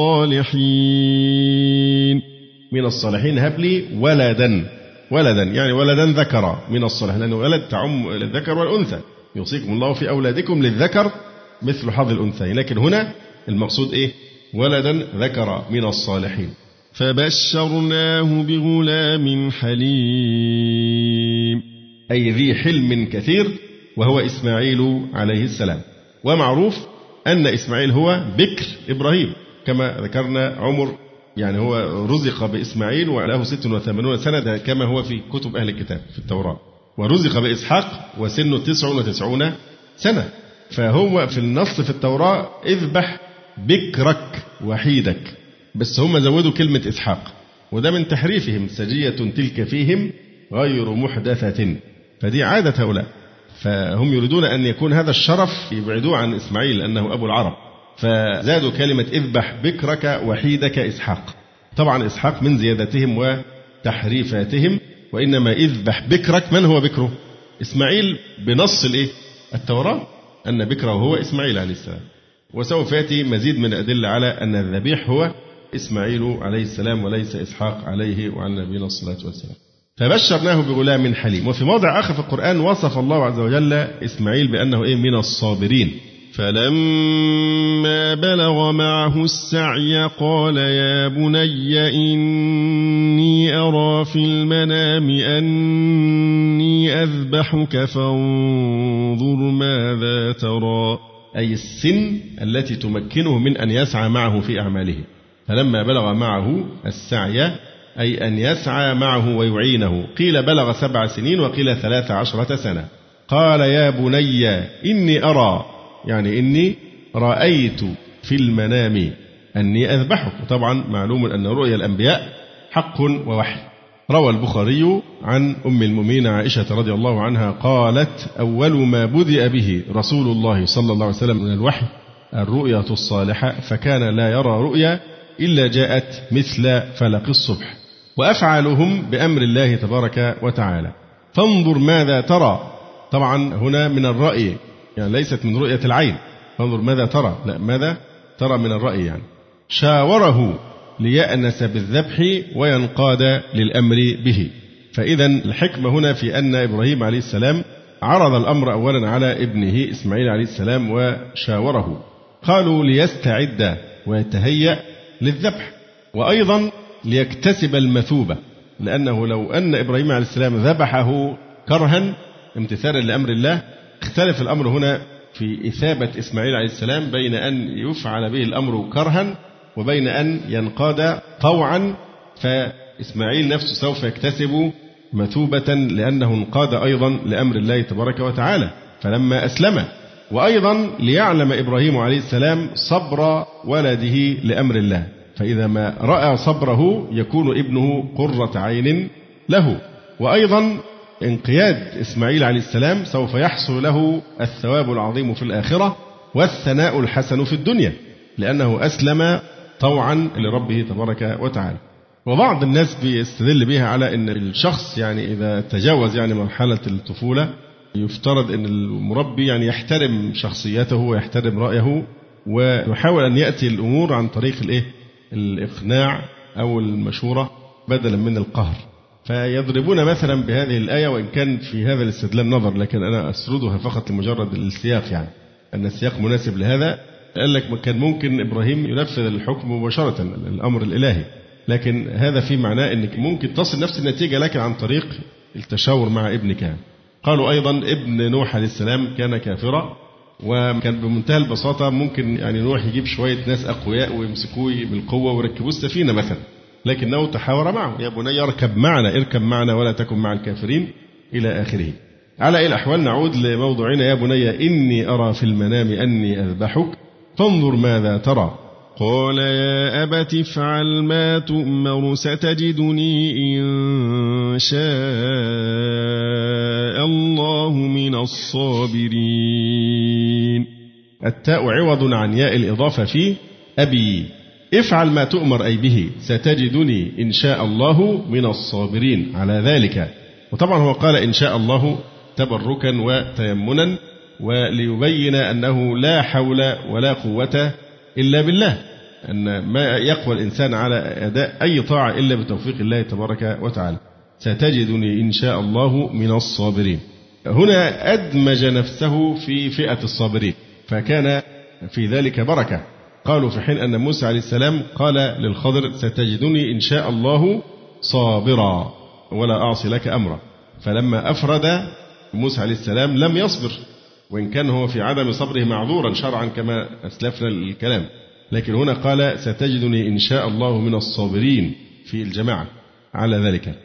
الصالحين من الصالحين هب لي ولدا ولدا يعني ولدا ذكرا من الصالحين لأنه ولد تعم الذكر والأنثى يوصيكم الله في أولادكم للذكر مثل حظ الأنثيين، لكن هنا المقصود إيه؟ ولدا ذكر من الصالحين. فبشرناه بغلام حليم، أي ذي حلم كثير، وهو إسماعيل عليه السلام. ومعروف أن إسماعيل هو بكر إبراهيم، كما ذكرنا عمر يعني هو رزق بإسماعيل وله ست وثمانون سنة كما هو في كتب أهل الكتاب في التوراة، ورزق بإسحاق وسنه تسع وتسعون سنة. فهو في النص في التوراة اذبح بكرك وحيدك، بس هم زودوا كلمة إسحاق، وده من تحريفهم، سجية تلك فيهم غير محدثة، فدي عادة هؤلاء، فهم يريدون أن يكون هذا الشرف يبعدوه عن إسماعيل أنه أبو العرب، فزادوا كلمة اذبح بكرك وحيدك إسحاق. طبعا إسحاق من زيادتهم وتحريفاتهم، وإنما اذبح بكرك، من هو بكره؟ إسماعيل بنص الإيه؟ التوراة، أن بكره هو إسماعيل عليه السلام. وسوف يأتي مزيد من الأدلة على أن الذبيح هو إسماعيل عليه السلام وليس إسحاق عليه وعلى نبينا الصلاة والسلام. فبشرناه بغلام حليم. وفي موضع آخر في القرآن وصف الله عز وجل إسماعيل بأنه إيه؟ من الصابرين. فلما بلغ معه السعي قال يا بني إني أرى في المنام أني أذبحك فانظر ماذا ترى، أي السن التي تمكنه من أن يسعى معه في أعماله. فلما بلغ معه السعي أي أن يسعى معه ويعينه، قيل بلغ سبع سنين وقيل ثلاث عشرة سنة. قال يا بني إني أرى، يعني إني رأيت في المنام أني أذبحك. طبعا معلوم أن رؤيا الأنبياء حق ووحي. روى البخاري عن أم المؤمنين عائشة رضي الله عنها قالت أول ما بدأ به رسول الله صلى الله عليه وسلم من الوحي الرؤيا الصالحة، فكان لا يرى رؤيا إلا جاءت مثل فلق الصبح، وأفعالهم بأمر الله تبارك وتعالى. فانظر ماذا ترى، طبعا هنا من الرأي، يعني ليست من رؤية العين. فانظر ماذا ترى، لا ماذا ترى من الرأي يعني. شاوره ليأنس بالذبح وينقاد للأمر به. فإذا الحكمة هنا في أن إبراهيم عليه السلام عرض الأمر أولا على ابنه إسماعيل عليه السلام وشاوره. قالوا ليستعد ويتهيأ للذبح، وأيضا ليكتسب المثوبة، لأنه لو أن إبراهيم عليه السلام ذبحه كرها امتثالا لأمر الله، اختلف الأمر هنا في إثابة إسماعيل عليه السلام بين أن يفعل به الأمر كرها وبين أن ينقاد طوعا، فإسماعيل نفسه سوف يكتسب مثوبة لأنه انقاد أيضا لأمر الله تبارك وتعالى فلما أسلم. وأيضا ليعلم إبراهيم عليه السلام صبر ولده لأمر الله، فإذا ما رأى صبره يكون ابنه قرة عين له. وأيضا انقياد إسماعيل عليه السلام سوف يحصل له الثواب العظيم في الآخرة والثناء الحسن في الدنيا، لأنه أسلم طوعا لربه تبارك وتعالى. وبعض الناس بيستدل بها على أن الشخص يعني إذا تجاوز يعني مرحلة الطفولة يفترض أن المربي يعني يحترم شخصيته ويحترم رأيه، ويحاول أن يأتي الأمور عن طريق الإيه؟ الإقناع أو المشورة بدلا من القهر. فيضربون مثلا بهذه الآية، وإن كان في هذا الاستدلال نظر، لكن أنا أسردها فقط لمجرد السياق، يعني أن السياق مناسب لهذا. قال لك كان ممكن إبراهيم ينفذ الحكم مباشرة الأمر الإلهي، لكن هذا في معناه أنك ممكن تصل نفس النتيجة لكن عن طريق التشاور مع ابنك. قالوا أيضا ابن نوح عليه السلام كان كافرا، وكان بمنتهى البساطة ممكن يعني نوح يجيب شوية ناس أقوياء ويمسكوه بالقوة ويركبوه السفينة مثلا، لكنه تحاور معه، يا بني اركب معنا اركب معنا ولا تكن مع الكافرين إلى آخره. على أي الأحوال نعود لموضوعنا. يا بني إني أرى في المنام أني أذبحك فانظر ماذا ترى. قال يا أبت افعل ما تؤمر ستجدني إن شاء الله من الصابرين. التاء عوض عن ياء الإضافة في أبي. افعل ما تؤمر أي به ستجدني إن شاء الله من الصابرين على ذلك. وطبعا هو قال إن شاء الله تبركا وتيمنا وليبين أنه لا حول ولا قوة إلا بالله، أن ما يقوى الإنسان على أداء أي طاعة إلا بتوفيق الله تبارك وتعالى. ستجدني إن شاء الله من الصابرين. هنا أدمج نفسه في فئة الصابرين، فكان في ذلك بركة. قالوا في حين أن موسى عليه السلام قال للخضر ستجدني إن شاء الله صابرا ولا أعصي لك أمرا، فلما أفرد موسى عليه السلام لم يصبر، وإن كان هو في عدم صبره معذورا شرعا كما أسلفنا الكلام، لكن هنا قال ستجدني إن شاء الله من الصابرين في الجماعة على ذلك.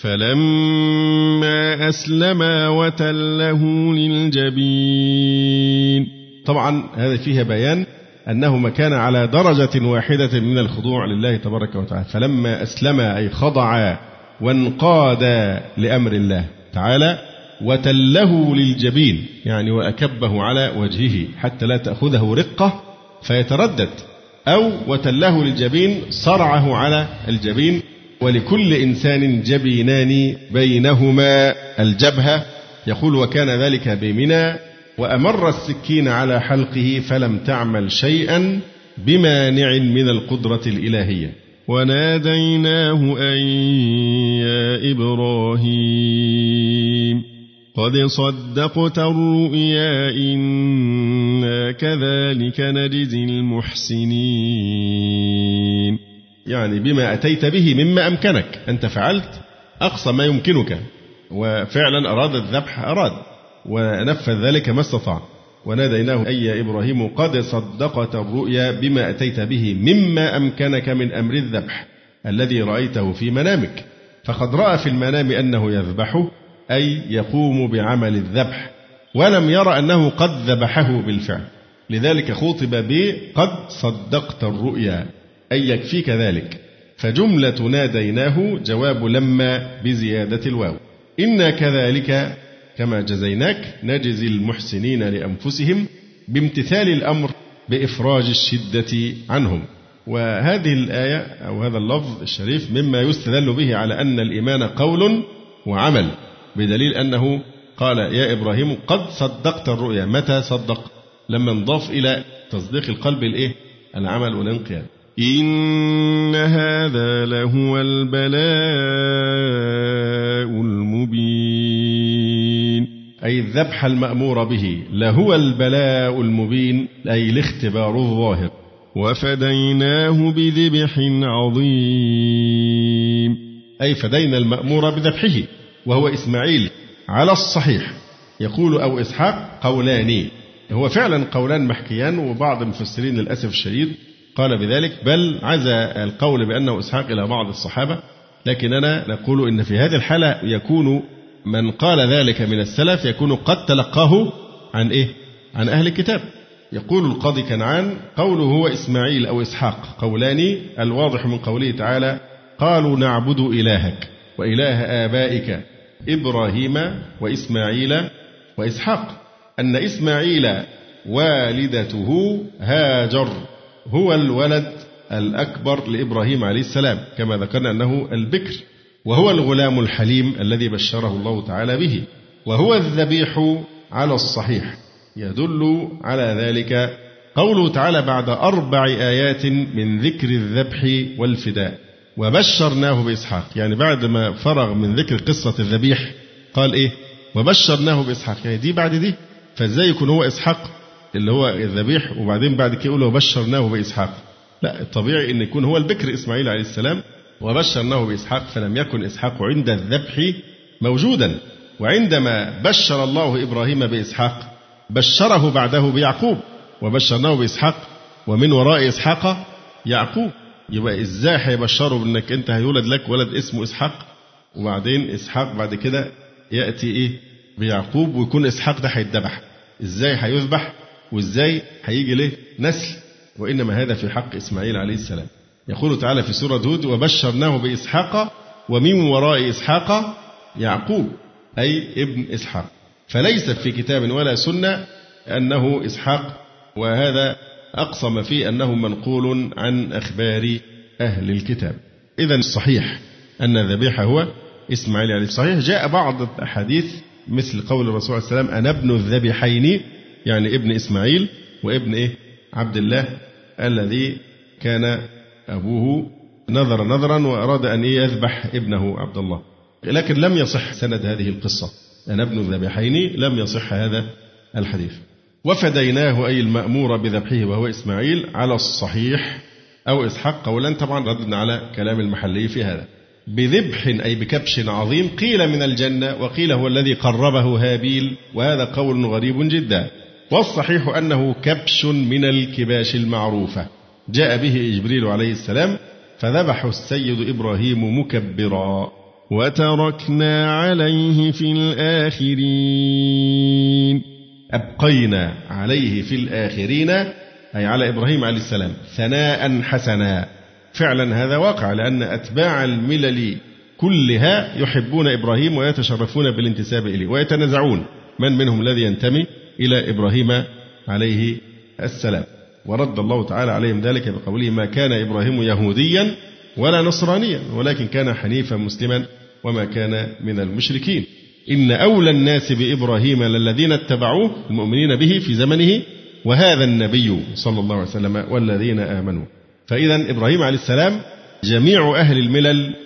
فلما أسلما وتله للجبين. طبعا هذا فيها بيان أنهما كان على درجة واحدة من الخضوع لله تبارك وتعالى. فلما أسلما أي خضعا وانقادا لأمر الله تعالى، وتله للجبين يعني وأكبه على وجهه حتى لا تأخذه رقة فيتردد، أو وتله للجبين صرعه على الجبين. ولكل إنسان جبينان بينهما الجبهة، يقول وكان ذلك بمنى، وأمر السكين على حلقه فلم تعمل شيئا بمانع من القدرة الإلهية. وناديناه أن يا إبراهيم قد صدقت الرؤيا إنا كذلك نجزي المحسنين. يعني بما أتيت به مما أمكنك، أنت فعلت أقصى ما يمكنك، وفعلا أراد الذبح أراد ونفذ ذلك ما استطاع. وناديناه أي يا إبراهيم قد صدقت الرؤيا بما أتيت به مما أمكنك من أمر الذبح الذي رأيته في منامك. فقد رأى في المنام أنه يذبحه أي يقوم بعمل الذبح، ولم يرى أنه قد ذبحه بالفعل، لذلك خُطب بقد صدقت الرؤيا أي يكفيك ذلك. فجملة ناديناه جواب لما بزيادة الواو. إنا كذلك كما جزيناك نجزي المحسنين لأنفسهم بامتثال الأمر بإفراج الشدة عنهم. وهذه الآية أو هذا اللفظ الشريف مما يستدل به على أن الإيمان قول وعمل، بدليل أنه قال يا إبراهيم قد صدقت الرؤيا. متى صدق؟ لما انضاف إلى تصديق القلب الإيه؟ العمل والانقياد. إن هذا لهو البلاء المبين. أي الذبح المأمور به لهو البلاء المبين، أي الاختبار الظاهر. وفديناه بذبح عظيم. أي فدينا المأمور بذبحه وهو إسماعيل على الصحيح. يقول أو إسحاق قولان، هو فعلا قولان محكيان، وبعض المفسرين للأسف الشديد قال بذلك، بل عزى القول بأنه إسحاق إلى بعض الصحابة. لكننا نقول إن في هذه الحالة يكون من قال ذلك من السلف يكون قد تلقاه عن إيه؟ عن أهل الكتاب. يقول القاضي كنعان قوله هو إسماعيل أو إسحاق قولان، الواضح من قوله تعالى قالوا نعبد إلهك وإله آبائك إبراهيم وإسماعيل وإسحاق، أن إسماعيل والدته هاجر هو الولد الأكبر لإبراهيم عليه السلام، كما ذكرنا أنه البكر، وهو الغلام الحليم الذي بشره الله تعالى به، وهو الذبيح على الصحيح. يدل على ذلك قوله تعالى بعد أربع آيات من ذكر الذبح والفداء وبشرناه بإسحاق، يعني بعد ما فرغ من ذكر قصة الذبيح قال إيه؟ وبشرناه بإسحاق، يعني دي بعد دي، فإزاي يكون هو إسحاق اللي هو الذبيح وبعدين بعد كده يقول وبشرناه بإسحاق؟ لا، الطبيعي أن يكون هو البكر إسماعيل عليه السلام وبشرناه بإسحاق، فلم يكن إسحاق عند الذبح موجودا. وعندما بشر الله إبراهيم بإسحاق بشره بعده بيعقوب، وبشرناه بإسحاق ومن وراء إسحاق يعقوب. يبقى إزاي هيبشره بأنك أنت هيولد لك ولد اسمه إسحاق، وبعدين إسحاق بعد كده يأتي إيه بيعقوب، ويكون إسحاق ده هيتذبح؟ إزاي هيذبح وإزاي هيجي له نسل؟ وإنما هذا في حق إسماعيل عليه السلام. يقول تعالى في سورة هود وبشرناه بإسحاق ومن وراء إسحاق يعقوب، أي ابن إسحاق. فليس في كتاب ولا سنة أنه إسحاق، وهذا أقصى ما فيه أنه منقول عن أخبار أهل الكتاب. إذن الصحيح أن الذبيح هو إسماعيل عليه الصحيح. جاء بعض الأحاديث مثل قول الرسول صلى الله عليه وسلم أنا ابن الذبيحين، يعني ابن إسماعيل وابن إيه؟ عبد الله الذي كان أبوه نذر نذرا وأراد أن يذبح ابنه عبد الله، لكن لم يصح سند هذه القصة، أنا ابن الذبيحين، لم يصح هذا الحديث. وفديناه أي المأمور بذبحه وهو إسماعيل على الصحيح أو إسحاق قولا، طبعا ردنا على كلام المحلي في هذا. بذبح أي بكبش عظيم، قيل من الجنة وقيل هو الذي قربه هابيل، وهذا قول غريب جدا. والصحيح أنه كبش من الكباش المعروفة جاء به جبريل عليه السلام فذبح السيد إبراهيم مكبرا. وتركنا عليه في الآخرين، أبقينا عليه في الآخرين أي على إبراهيم عليه السلام ثناء حسنا. فعلا هذا واقع، لأن أتباع الملل كلها يحبون إبراهيم ويتشرفون بالانتساب إليه ويتنازعون من منهم الذي ينتمي إلى إبراهيم عليه السلام. ورد الله تعالى عليهم ذلك بقوله: ما كان إبراهيم يهوديا ولا نصرانيا ولكن كان حنيفا مسلما وما كان من المشركين. إن أولى الناس بإبراهيم للذين اتبعوه المؤمنين به في زمنه وهذا النبي صلى الله عليه وسلم والذين آمنوا. فإذا إبراهيم عليه السلام جميع أهل الملل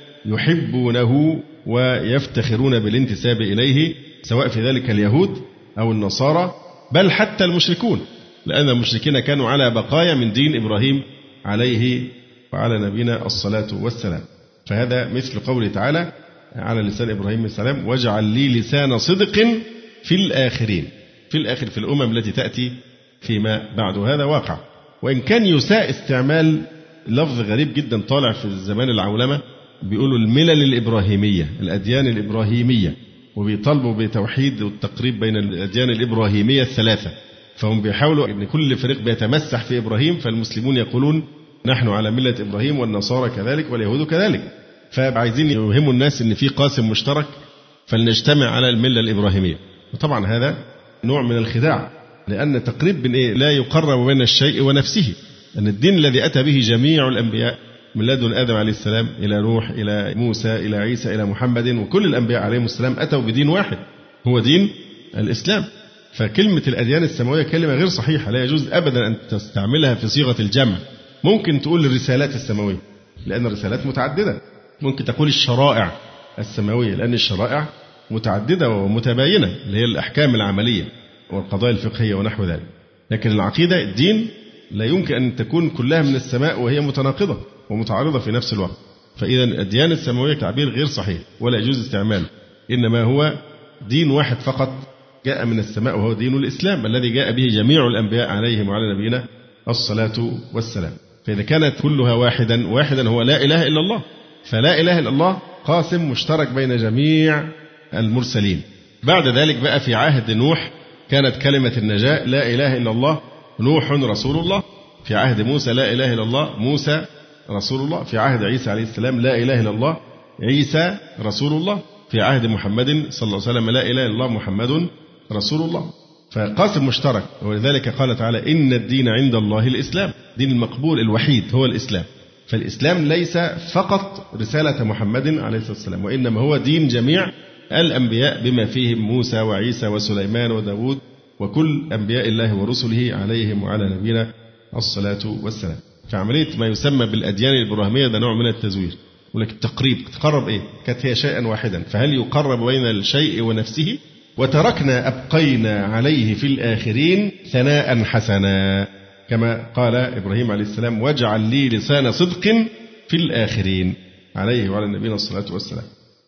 يحبونه ويفتخرون بالانتساب إليه، سواء في ذلك اليهود أو النصارى بل حتى المشركون، لأن المشركين كانوا على بقايا من دين إبراهيم عليه وعلى نبينا الصلاة والسلام. فهذا مثل قوله تعالى على لسان إبراهيم السلام: واجعل لي لسان صدق في الآخرين. في الآخر في الأمم التي تأتي فيما بعد. هذا واقع، وإن كان يساء استعمال لفظ غريب جدا طالع في الزمان العولمة، بيقولوا الملل الإبراهيمية، الأديان الإبراهيمية، وبيطالبوا بتوحيد والتقريب بين الأديان الإبراهيمية الثلاثة. فهم بيحاولوا أن كل فريق بيتمسح في إبراهيم، فالمسلمون يقولون نحن على ملة إبراهيم والنصارى كذلك واليهود كذلك، فعايزين يوهموا الناس أن في قاسم مشترك فلنجتمع على الملة الإبراهيمية. وطبعا هذا نوع من الخداع، لأن تقريب بين إيه؟ لا يقرب بين الشيء ونفسه. أن الدين الذي أتى به جميع الأنبياء من لدن آدم عليه السلام إلى نوح إلى موسى إلى عيسى إلى محمد، وكل الأنبياء عليهم السلام أتوا بدين واحد هو دين الإسلام. فكلمة الأديان السماوية كلمة غير صحيحة، لا يجوز أبدا أن تستعملها في صيغة الجمع. ممكن تقول الرسالات السماوية لأن الرسالات متعددة، ممكن تقول الشرائع السماوية لأن الشرائع متعددة ومتباينة اللي هي الأحكام العملية والقضايا الفقهية ونحو ذلك. لكن العقيدة الدين لا يمكن أن تكون كلها من السماء وهي متناقضة ومتعارضة في نفس الوقت. فإذا الأديان السماوية تعبير غير صحيح ولا يجوز استعماله، إنما هو دين واحد فقط جاء من السماء وهو دين الإسلام الذي جاء به جميع الأنبياء عليهم وعلى نبينا الصلاة والسلام. فإذا كانت كلها واحدا واحدا هو لا إله إلا الله، فلا إله إلا الله قاسم مشترك بين جميع المرسلين. بعد ذلك بقى في عهد نوح كانت كلمة النجاة لا إله إلا الله نوح رسول الله، في عهد موسى لا إله إلا الله موسى رسول الله، في عهد عيسى عليه السلام لا إله إلا الله عيسى رسول الله، في عهد محمد صلى الله عليه وسلم لا إله إلا الله محمد رسول الله. فقاسم مشترك، ولذلك قال تعالى إن الدين عند الله الإسلام، دين المقبول الوحيد هو الإسلام. فالإسلام ليس فقط رسالة محمد عليه الصلاة والسلام، وإنما هو دين جميع الأنبياء بما فيهم موسى وعيسى وسليمان وداود وكل أنبياء الله ورسله عليهم وعلى نبينا الصلاة والسلام. فعملية ما يسمى بالأديان الإبراهيمية ده نوع من التزوير، ولكن التقريب تقرب إيه؟ كانت هي شيئا واحدا، فهل يقرب بين الشيء ونفسه؟ وتركنا أبقينا عليه في الآخرين ثناء حسنا، كما قال إبراهيم عليه السلام واجعل لي لسان صدق في الآخرين عليه وعلى نبينا الصلاة والسلام.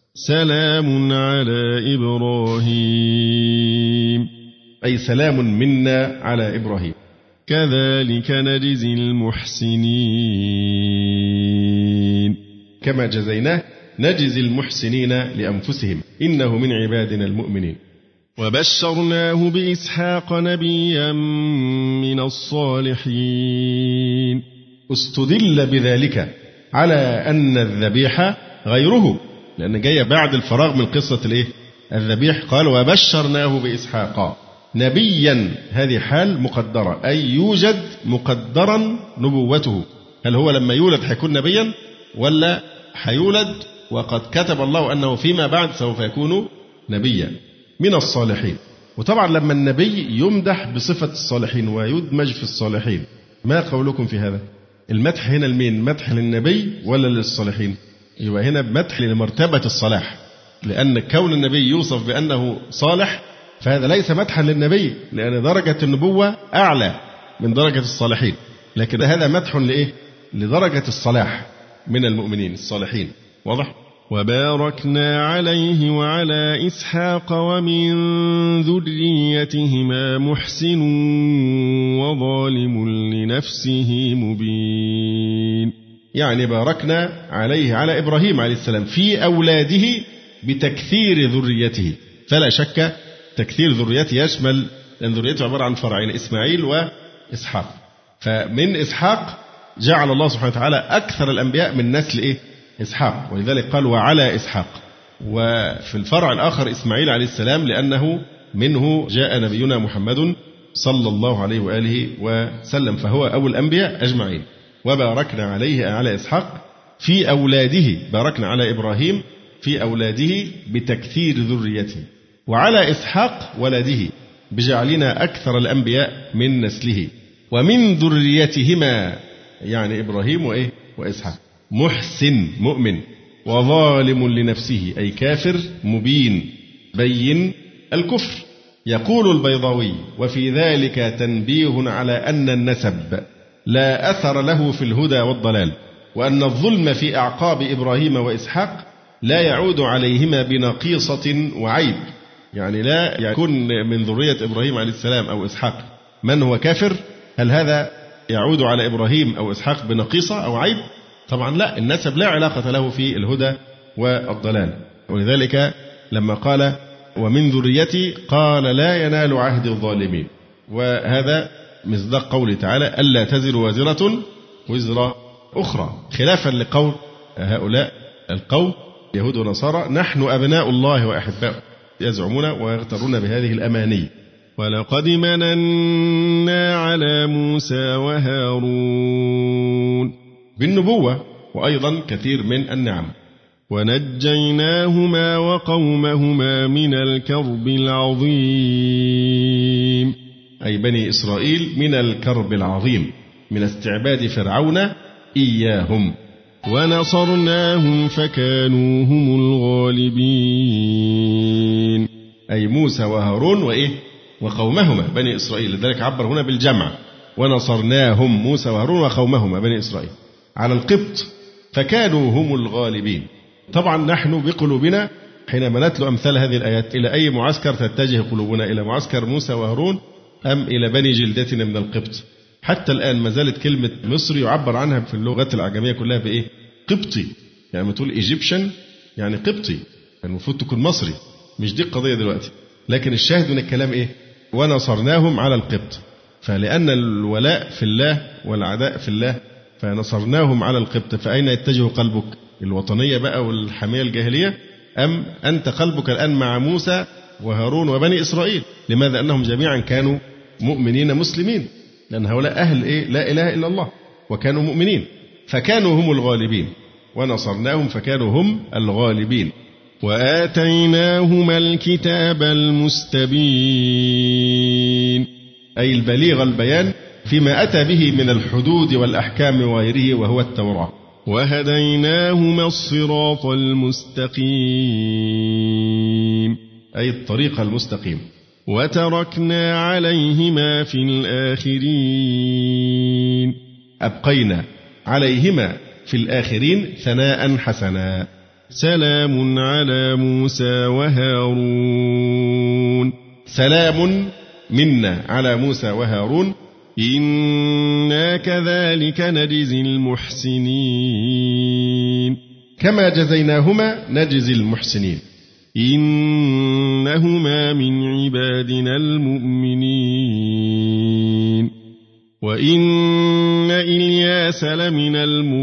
سلام على إبراهيم، أي سلام منا على إبراهيم. كذلك نجزي المحسنين، كما جزيناه نجزي المحسنين لأنفسهم إنه من عبادنا المؤمنين. وبشرناه بإسحاق نبيا من الصالحين. استدل بذلك على أن الذبيح غيره، لأن جاية بعد الفراغ من قصة الإيه؟ الذبيح. قال وبشرناه بإسحاق نبيا، هذه حال مقدرة، أي يوجد مقدرا نبوته. هل هو لما يولد حيكون نبيا ولا حيولد وقد كتب الله أنه فيما بعد سوف يكون نبيا من الصالحين؟ وطبعا لما النبي يمدح بصفة الصالحين ويدمج في الصالحين، ما قولكم في هذا؟ المدح هنا لمين؟ مدح للنبي ولا للصالحين؟ يبقى هنا مدح لمرتبة الصلاح، لأن كون النبي يوصف بأنه صالح فهذا ليس مدحا للنبي، لأن درجة النبوة أعلى من درجة الصالحين، لكن هذا مدح لإيه؟ لدرجة الصلاح من المؤمنين الصالحين. واضح؟ وباركنا عليه وعلى إسحاق ومن ذريتهما محسن وظالم لنفسه مبين. يعني باركنا عليه على إبراهيم عليه السلام في أولاده بتكثير ذريته، فلا شك تكثير ذريته يشمل أن ذريته عبارة عن فرعين إسماعيل وإسحاق، فمن إسحاق جعل الله سبحانه وتعالى أكثر الأنبياء من نسل إيه؟ إسحاق، ولذلك قال وعلى إسحاق. وفي الفرع الآخر إسماعيل عليه السلام لأنه منه جاء نبينا محمد صلى الله عليه وآله وسلم، فهو أبو الأنبياء أجمعين. وباركنا عليه على إسحاق في أولاده، باركنا على إبراهيم في أولاده بتكثير ذريته، وعلى إسحاق ولده بجعلنا أكثر الأنبياء من نسله، ومن ذريتهما يعني إبراهيم وإيه؟ وإسحاق محسن مؤمن، وظالم لنفسه أي كافر مبين بين الكفر. يقول البيضاوي: وفي ذلك تنبيه على أن النسب لا أثر له في الهدى والضلال، وأن الظلم في أعقاب إبراهيم وإسحاق لا يعود عليهما بنقيصة وعيب، يعني لا يكون من ذرية إبراهيم عليه السلام أو إسحاق من هو كافر، هل هذا يعود على إبراهيم أو إسحاق بنقيصة أو عيب؟ طبعا لا، النسب لا علاقة له في الهدى والضلال. ولذلك لما قال ومن ذريتي قال لا ينال عهد الظالمين، وهذا مصداق قوله تعالى ألا تزر وازرة وزر أخرى، خلافا لقول هؤلاء القوم يهود ونصارى نحن أبناء الله وأحباؤه، يزعمون ويغترون بهذه الأماني. ولقد مننا على موسى وهارون بالنبوة وأيضا كثير من النعم. ونجيناهما وقومهما من الكرب العظيم، أي بني إسرائيل من الكرب العظيم من استعباد فرعون إياهم. ونصرناهم فكانوا هم الغالبين، أي موسى وهارون وإيه؟ وقومهما بني إسرائيل، لذلك عبر هنا بالجمع ونصرناهم موسى وهارون وقومهما بني إسرائيل على القبط فكانوا هم الغالبين. طبعا نحن بقلوبنا حينما نتلو أمثال هذه الآيات إلى أي معسكر تتجه قلوبنا؟ إلى معسكر موسى وهارون أم إلى بني جلدتنا من القبط؟ حتى الآن ما زالت كلمة مصر يعبر عنها في اللغات الأعجمية كلها بإيه؟ قبطي، يعني ما تقول إيجيبشن يعني قبطي، المفروض تكون مصري، مش دي القضية دلوقتي. لكن الشاهد من الكلام إيه؟ ونصرناهم على القبط، فلأن الولاء في الله والعداء في الله فنصرناهم على القبط. فأين يتجه قلبك؟ الوطنية بقى والحمية الجاهلية، أم أنت قلبك الآن مع موسى وهارون وبني إسرائيل؟ لماذا؟ أنهم جميعا كانوا مؤمنين مسلمين، لأن هؤلاء أهل إيه؟ لا إله إلا الله، وكانوا مؤمنين فكانوا هم الغالبين. ونصرناهم فكانوا هم الغالبين. وآتيناهما الكتاب المستبين، أي البليغ البيان فيما أتى به من الحدود والأحكام وغيره وهو التوراة. وهديناهما الصراط المستقيم، أي الطريق المستقيم. وتركنا عليهما في الآخرين، أبقينا عليهما في الآخرين ثناء حسنا. سلام على موسى وهارون، سلام منا على موسى وهارون، إنا كذلك نجزي المحسنين، كما جزيناهما نجزي المحسنين. إنهما من عبادنا المؤمنين، وإن إلياس لمن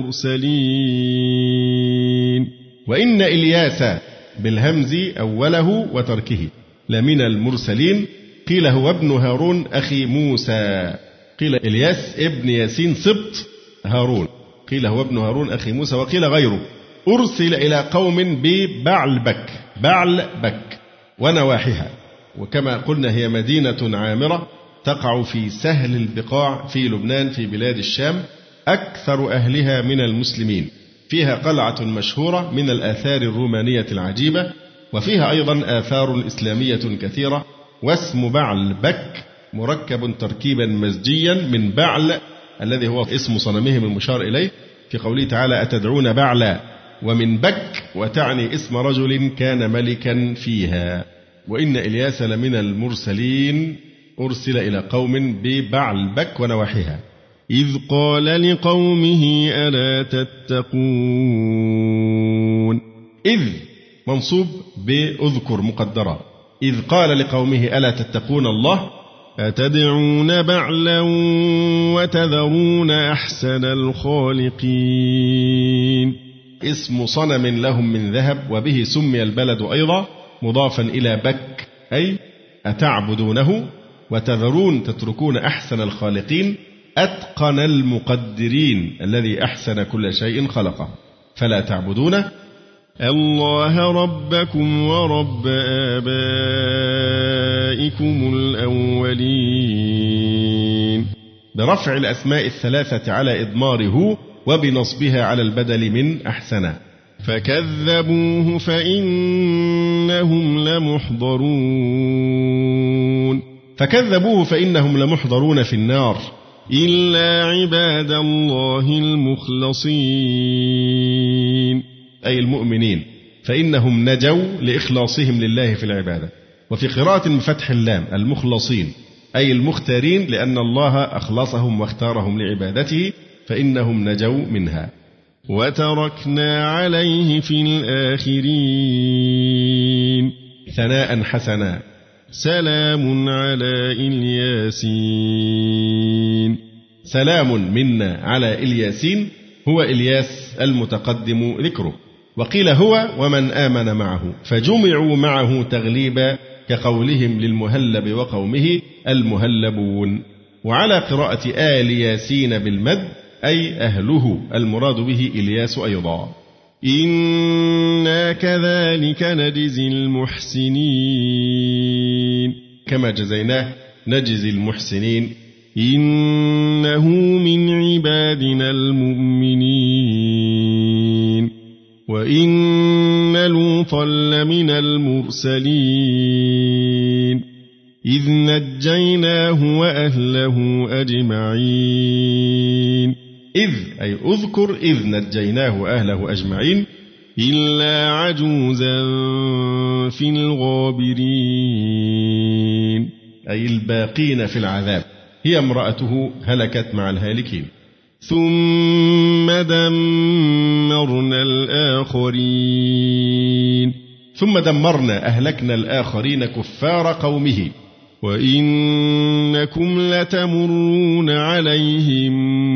المرسلين. وإن إلياس بالهمز أوله وتركه لمن المرسلين، قيل هو ابن هارون أخي موسى، قيل إلياس ابن ياسين سبط هارون، قيل هو ابن هارون أخي موسى، وقيل غيره. أرسل إلى قوم ببعلبك، بعلبك ونواحيها، وكما قلنا هي مدينة عامرة تقع في سهل البقاع في لبنان في بلاد الشام، أكثر أهلها من المسلمين، فيها قلعة مشهورة من الآثار الرومانية العجيبة، وفيها أيضا آثار إسلامية كثيرة واسم بعل بك مركب تركيبا مزجيا من بعل الذي هو اسم صنمهم المشار إليه في قوله تعالى أتدعون بعلا، ومن بك وتعني اسم رجل كان ملكا فيها. وإن إلياس لمن المرسلين أرسل إلى قوم ببعل بك ونواحيها. إذ قال لقومه ألا تتقون. إذ منصوب بأذكر مقدرة، إذ قال لقومه ألا تتقون الله. أتدعون بعلا وتذرون أحسن الخالقين. اسم صنم لهم من ذهب، وبه سمي البلد أيضا، مضافا إلى بك أي أتعبدونه، وتذرون تتركون أحسن الخالقين، أتقن المقدرين الذي أحسن كل شيء خلقه، فلا تعبدون الله ربكم ورب آبائكم الأولين. برفع الأسماء الثلاثة على إضماره وبنصبها على البدل من أحسن. فكذبوه فإنهم لمحضرون. فكذبوه فإنهم لمحضرون في النار إلا عباد الله المخلصين، أي المؤمنين، فإنهم نجوا لإخلاصهم لله في العبادة. وفي قراءة بفتح اللام المخلصين أي المختارين، لأن الله أخلصهم واختارهم لعبادته، فإنهم نجوا منها. وتركنا عليه في الآخرين ثناء حسنا. سلام على إلياسين. سلام منا على إلياسين، هو إلياس المتقدم ذكره، وقيل هو ومن آمن معه، فجمعوا معه تغليبا كقولهم للمهلب وقومه المهلبون. وعلى قراءة آل ياسين بالمد أي أهله، المراد به إلياس أيضا. إنا كذلك نجزي المحسنين. كما جزيناه نجزي المحسنين. إنه من عبادنا المؤمنين. وإن لوطا لمن المرسلين إذ نجيناه وأهله أجمعين. إذ أي أذكر إذ نجيناه أهله أجمعين. إلا عجوزا في الغابرين أي الباقين في العذاب، هي امرأته هلكت مع الهالكين. ثم دمرنا الآخرين. ثم دمرنا أهلكنا الآخرين كفار قومه. وإنكم لتمرون عليهم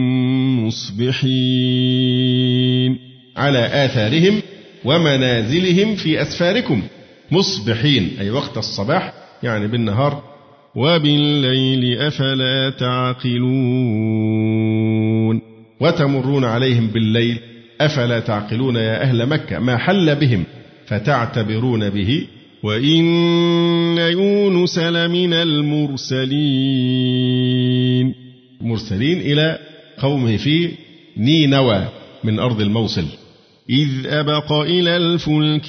مصبحين. على آثارهم ومنازلهم في أسفاركم. مصبحين أي وقت الصباح، يعني بالنهار. وبالليل أفلا تعقلون. وتمرون عليهم بالليل أفلا تعقلون يا أهل مكة، ما حل بهم فتعتبرون به. وإن يونس لمن المرسلين. مرسلين إلى قومه في نينوى من أرض الموصل. إذ أبق إلى الفلك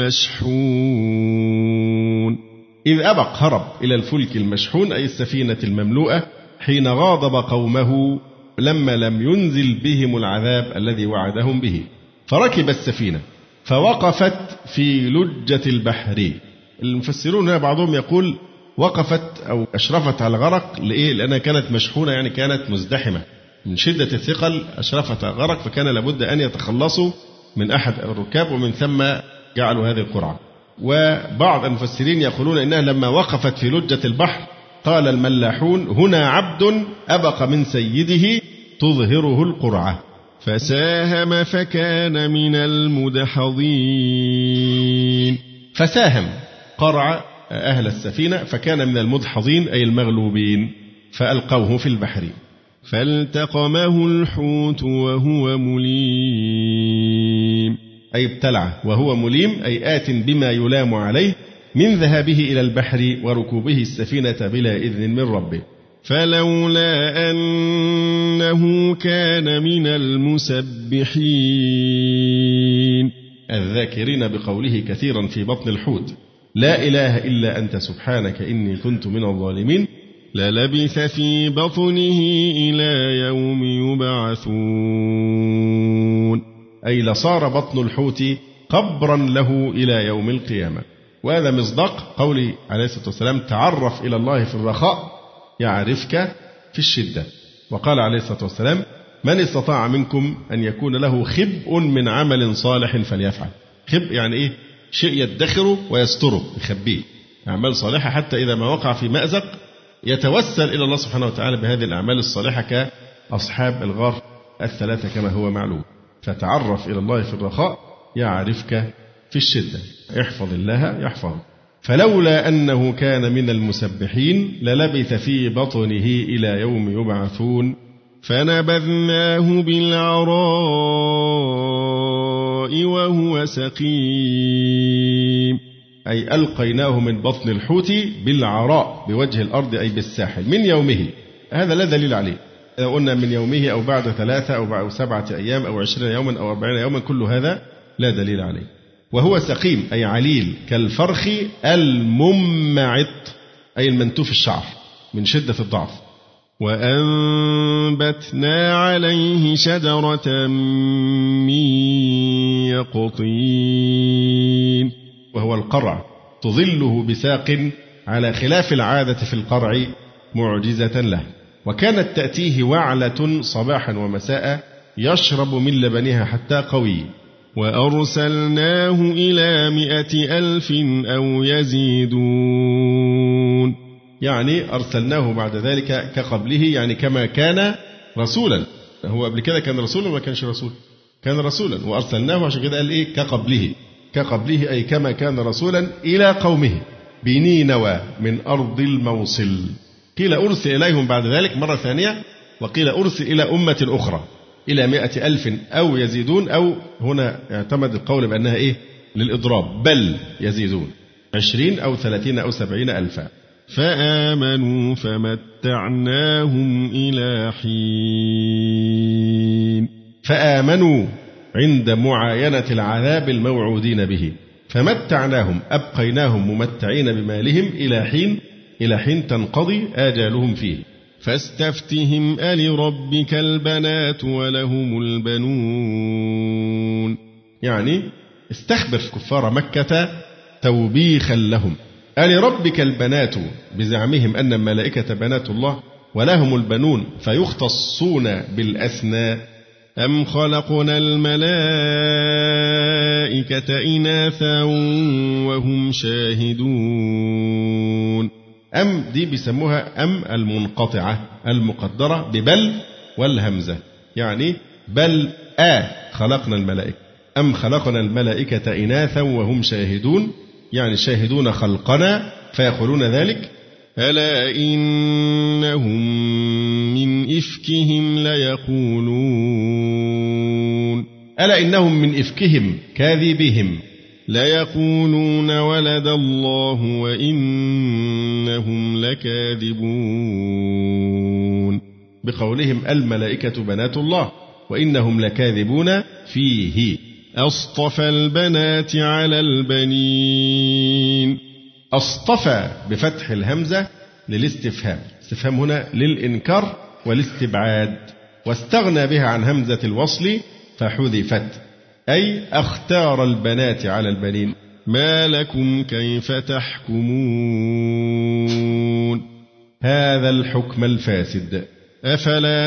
المشحون. إذ أبق هرب إلى الفلك المشحون أي السفينة المملوءة، حين غاضب قومه لما لم ينزل بهم العذاب الذي وعدهم به، فركب السفينة فوقفت في لجة البحر. المفسرون هنا بعضهم يقول وقفت أو أشرفت على الغرق، لإيه؟ لأنها كانت مشحونة، يعني كانت مزدحمة من شدة الثقل، أشرفت على الغرق، فكان لابد أن يتخلصوا من أحد الركاب، ومن ثم جعلوا هذه القرعة. وبعض المفسرين يقولون إنها لما وقفت في لجة البحر قال الملاحون هنا عبد أبق من سيده تظهره القرعة، فساهم فكان من المدحضين. فساهم قرع أهل السفينة فكان من المدحضين أي المغلوبين، فألقوه في البحر. فالتقمه الحوت وهو مليم. أي ابتلعه وهو مليم، أي آت بما يلام عليه من ذهابه إلى البحر وركوبه السفينة بلا إذن من ربه. فلولا أنه كان من المسبحين. الذاكرين بقوله كثيرا في بطن الحوت. لا إله إلا أنت سبحانك إني كنت من الظالمين للبث في بطنه إلى يوم يبعثون أي لصار بطن الحوت قبرا له إلى يوم القيامة. وهذا مصداق قول عليه الصلاة والسلام تعرف إلى الله في الرخاء يعرفك في الشدة. وقال عليه الصلاة والسلام من استطاع منكم أن يكون له خبء من عمل صالح فليفعل. خبء يعني إيه؟ شيء يدخره ويستره يخبيه، أعمال صالحة حتى إذا ما وقع في مأزق يتوسل إلى الله سبحانه وتعالى بهذه الأعمال الصالحة كأصحاب الغار الثلاثة كما هو معلوم. فتعرف إلى الله في الرخاء يعرفك في الشدة. احفظ الله يحفظ. فلولا أنه كان من المسبحين للبث في بطنه إلى يوم يبعثون فنبذناه بالعراء وهو سقيم أي ألقيناه من بطن الحوت بالعراء بوجه الأرض أي بالساحل من يومه. هذا لا دليل عليه. لو قلنا من يومه أو بعد ثلاثة أو بعد سبعة أيام أو عشرين يوما أو أربعين يوما كل هذا لا دليل عليه. وهو سقيم أي عليل كالفرخ الممعط أي المنتوف الشعر من شدة الضعف. وأنبتنا عليه شجرة من يقطين وهو القرع تظله بساق على خلاف العادة في القرع معجزة له. وكانت تأتيه وعلة صباحا ومساء يشرب من لبنها حتى قوي. وأرسلناه إلى مئة ألف أو يزيدون يعني أرسلناه بعد ذلك كقبله يعني كما كان رسولا. هو قبل كده كان رسولا وما كانش رسول؟ كان رسولا وأرسلناه عشان كده قال إيه كقبله. كقبله أي كما كان رسولا إلى قومه بنينوى من أرض الموصل. قيل أرسل إليهم بعد ذلك مرة ثانية وقيل أرسل إلى أمة أخرى إلى مئة ألف أو يزيدون أو هنا اعتمد القول بأنها إيه للإضراب بل يزيدون عشرين أو ثلاثين أو سبعين ألفا. فآمنوا فمتعناهم إلى حين. فآمنوا عند معاينة العذاب الموعودين به. فمتعناهم أبقيناهم ممتعين بمالهم إلى حين إلى حين تنقضي آجالهم فيه. فاستفتهم ألربك البنات ولهم البنون يعني استخبر كفار مكة توبيخا لهم. ألربك البنات بزعمهم أن الملائكة بنات الله ولهم البنون فيختصون بالأثنى. أم خلقنا الملائكة إناثا وهم شاهدون. أم دي بيسموها أم المنقطعة المقدرة ببل والهمزة يعني بل آ خلقنا الملائكة. أم خلقنا الملائكة إناثا وهم شاهدون يعني شاهدون خلقنا فيقولون ذلك. ألا إنهم من إفكهم ليقولون. ألا إنهم من إفكهم كاذبهم ليقولون ولد الله وإنهم لكاذبون بقولهم الملائكة بنات الله وإنهم لكاذبون فيه. أصطفى البنات على البنين. أصطفى بفتح الهمزة للاستفهام. استفهام هنا للإنكار والاستبعاد واستغنى بها عن همزة الوصل فحذفت أي اختار البنات على البنين. ما لكم كيف تحكمون. هذا الحكم الفاسد. أفلا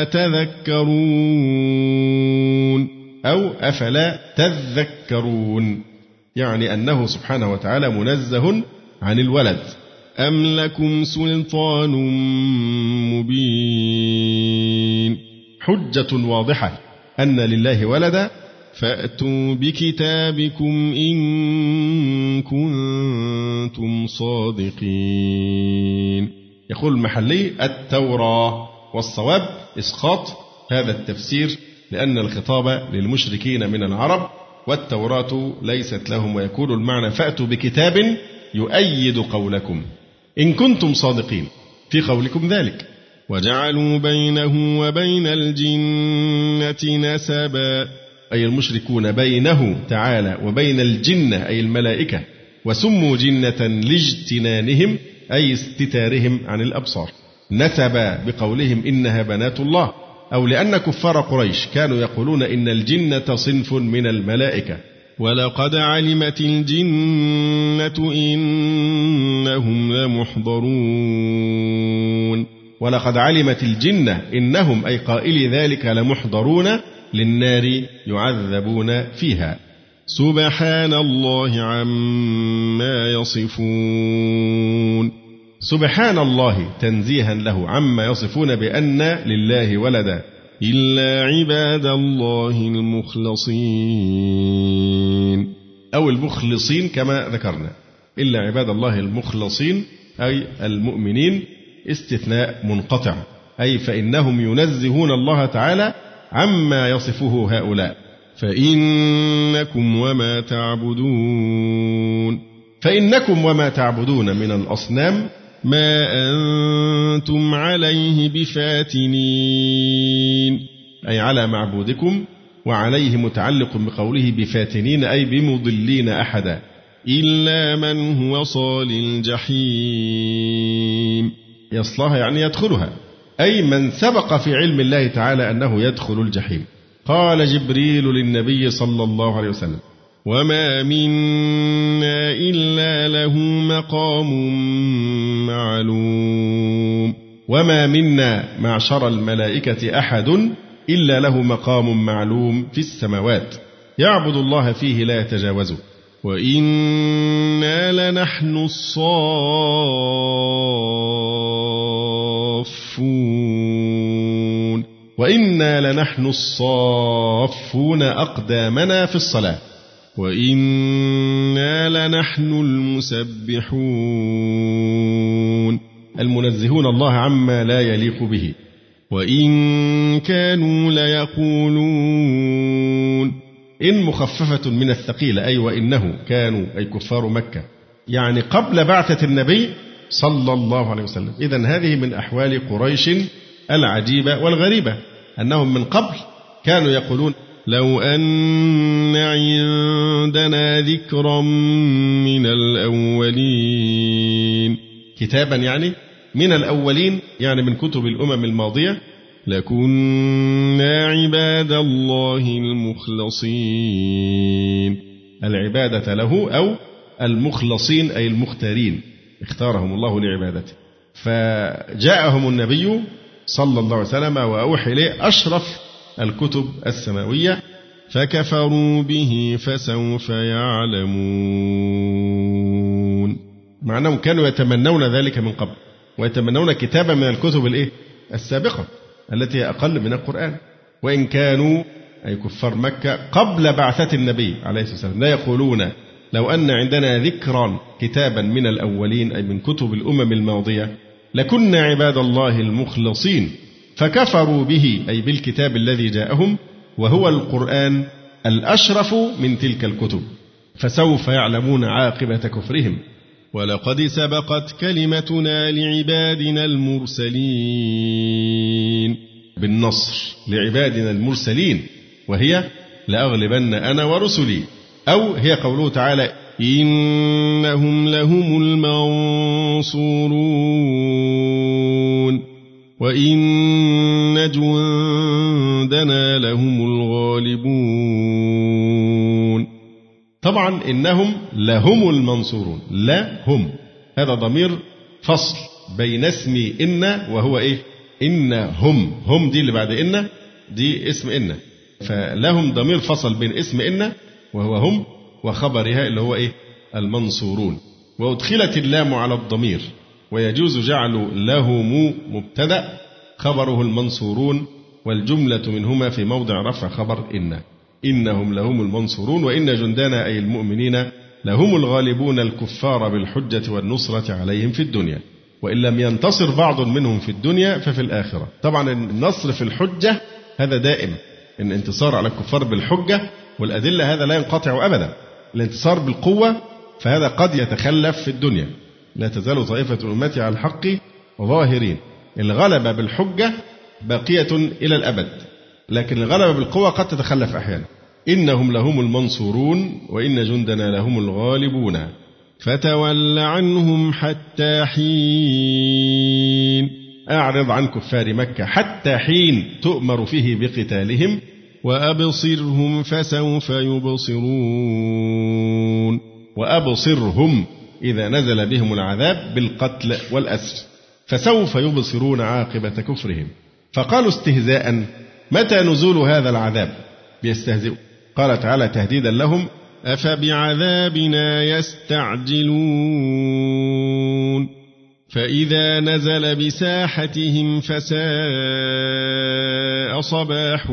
تذكرون أو أفلا تذكرون يعني أنه سبحانه وتعالى منزه عن الولد. أم لكم سلطان مبين. حجة واضحة أن لله ولدا. فأتوا بكتابكم إن كنتم صادقين. يقول المحلي التوراة والصواب إسقاط هذا التفسير لأن الخطاب للمشركين من العرب والتوراة ليست لهم ويكون المعنى فأتوا بكتاب يؤيد قولكم إن كنتم صادقين في قولكم ذلك. وجعلوا بينه وبين الجنة نسبا أي المشركون بينه تعالى وبين الجنة أي الملائكة وسموا جنة لاجتنانهم أي استتارهم عن الأبصار، نسب بقولهم إنها بنات الله، أو لأن كفار قريش كانوا يقولون إن الجنة صنف من الملائكة. ولقد علمت الجنة إنهم لمحضرون. ولقد علمت الجنة إنهم أي قائلي ذلك لمحضرون للنار يعذبون فيها. سبحان الله عما يصفون. سبحان الله تنزيها له عما يصفون بأن لله ولدا. إلا عباد الله المخلصين أو المخلصين كما ذكرنا. إلا عباد الله المخلصين أي المؤمنين، استثناء منقطع، أي فإنهم ينزهون الله تعالى عما يصفه هؤلاء. فإنكم وما تعبدون. فإنكم وما تعبدون من الأصنام ما أنتم عليه بفاتنين، أي على معبودكم، وعليه متعلق بقوله بفاتنين أي بمضلين أحدا، إلا من هو صال الجحيم. يصلها يعني يدخلها، أي من سبق في علم الله تعالى أنه يدخل الجحيم. قال جبريل للنبي صلى الله عليه وسلم: وما منا إلا له مقام معلوم. وما منا معشر الملائكة أحد إلا له مقام معلوم في السماوات يعبد الله فيه لا يتجاوزه. وإنا لنحن الصافون. وإنا لنحن الصافون أقدامنا في الصلاة. وإنا لنحن المسبحون، المنزهون الله عما لا يليق به. وإن كانوا ليقولون، إن مخففة من الثقيلة، أي وإنه كانوا أي كفار مكة، يعني قبل بعثة النبي صلى الله عليه وسلم. إذن هذه من أحوال قريش العجيبة والغريبة، أنهم من قبل كانوا يقولون: لو أن عندنا ذكرا من الأولين. كتابا يعني من الأولين، يعني من كتب الأمم الماضية. لكنا عباد الله المخلصين. العبادة له أو المخلصين أي المختارين، اختارهم الله لعبادته. فجاءهم النبي صلى الله عليه وسلم وأوحي إليه أشرف الكتب السماوية، فكفروا به فسوف يعلمون. مع أنهم كانوا يتمنون ذلك من قبل، ويتمنون كتابا من الكتب الإيه؟ السابقة التي هي أقل من القرآن. وإن كانوا أي كفار مكة قبل بعثة النبي عليه الصلاة والسلام لا يقولون: لو أن عندنا ذكرا كتابا من الأولين، أي من كتب الأمم الماضية، لكنا عباد الله المخلصين. فكفروا به أي بالكتاب الذي جاءهم، وهو القرآن الأشرف من تلك الكتب، فسوف يعلمون عاقبة كفرهم. ولقد سبقت كلمتنا لعبادنا المرسلين. بالنصر لعبادنا المرسلين، وهي لأغلبن أنا ورسلي، أو هي قوله تعالى: إنهم لهم المنصورون وإن جندنا لهم الغالبون. طبعا إنهم لهم المنصورون، لا هم، هذا ضمير فصل بين اسم إن وهو إيه؟ إن هم، هم دي اللي بعد إن دي اسم إن، فلهم ضمير فصل بين اسم إن وهو هم وخبرها اللي هو إيه؟ المنصورون. وأدخلت اللام على الضمير، ويجوز جعل لهم مبتدأ خبره المنصورون، والجملة منهما في موضع رفع خبر إن. إنهم لهم المنصورون وإن جندنا أي المؤمنين لهم الغالبون الكفار بالحجة والنصرة عليهم في الدنيا، وإن لم ينتصر بعض منهم في الدنيا ففي الآخرة. طبعا النصر في الحجة هذا دائم، الانتصار على الكفار بالحجة والأدلة هذا لا ينقطع أبدا. الانتصار بالقوة فهذا قد يتخلف في الدنيا، لا تزال طائفة أمتي على الحق ظاهرين. الغلبة بالحجة باقية إلى الأبد، لكن الغلبة بالقوة قد تتخلف أحيانا. إنهم لهم المنصورون وإن جندنا لهم الغالبون. فتول عنهم حتى حين. أعرض عن كفار مكة حتى حين تؤمر فيه بقتالهم. وأبصرهم فسوف يبصرون. وأبصرهم إذا نزل بهم العذاب بالقتل والأسر، فسوف يبصرون عاقبة كفرهم. فقالوا استهزاء: متى نزول هذا العذاب؟ بيستهزئوا. قال تعالى تهديدا لهم: أفبعذابنا يستعجلون. فإذا نزل بساحتهم فساء صباح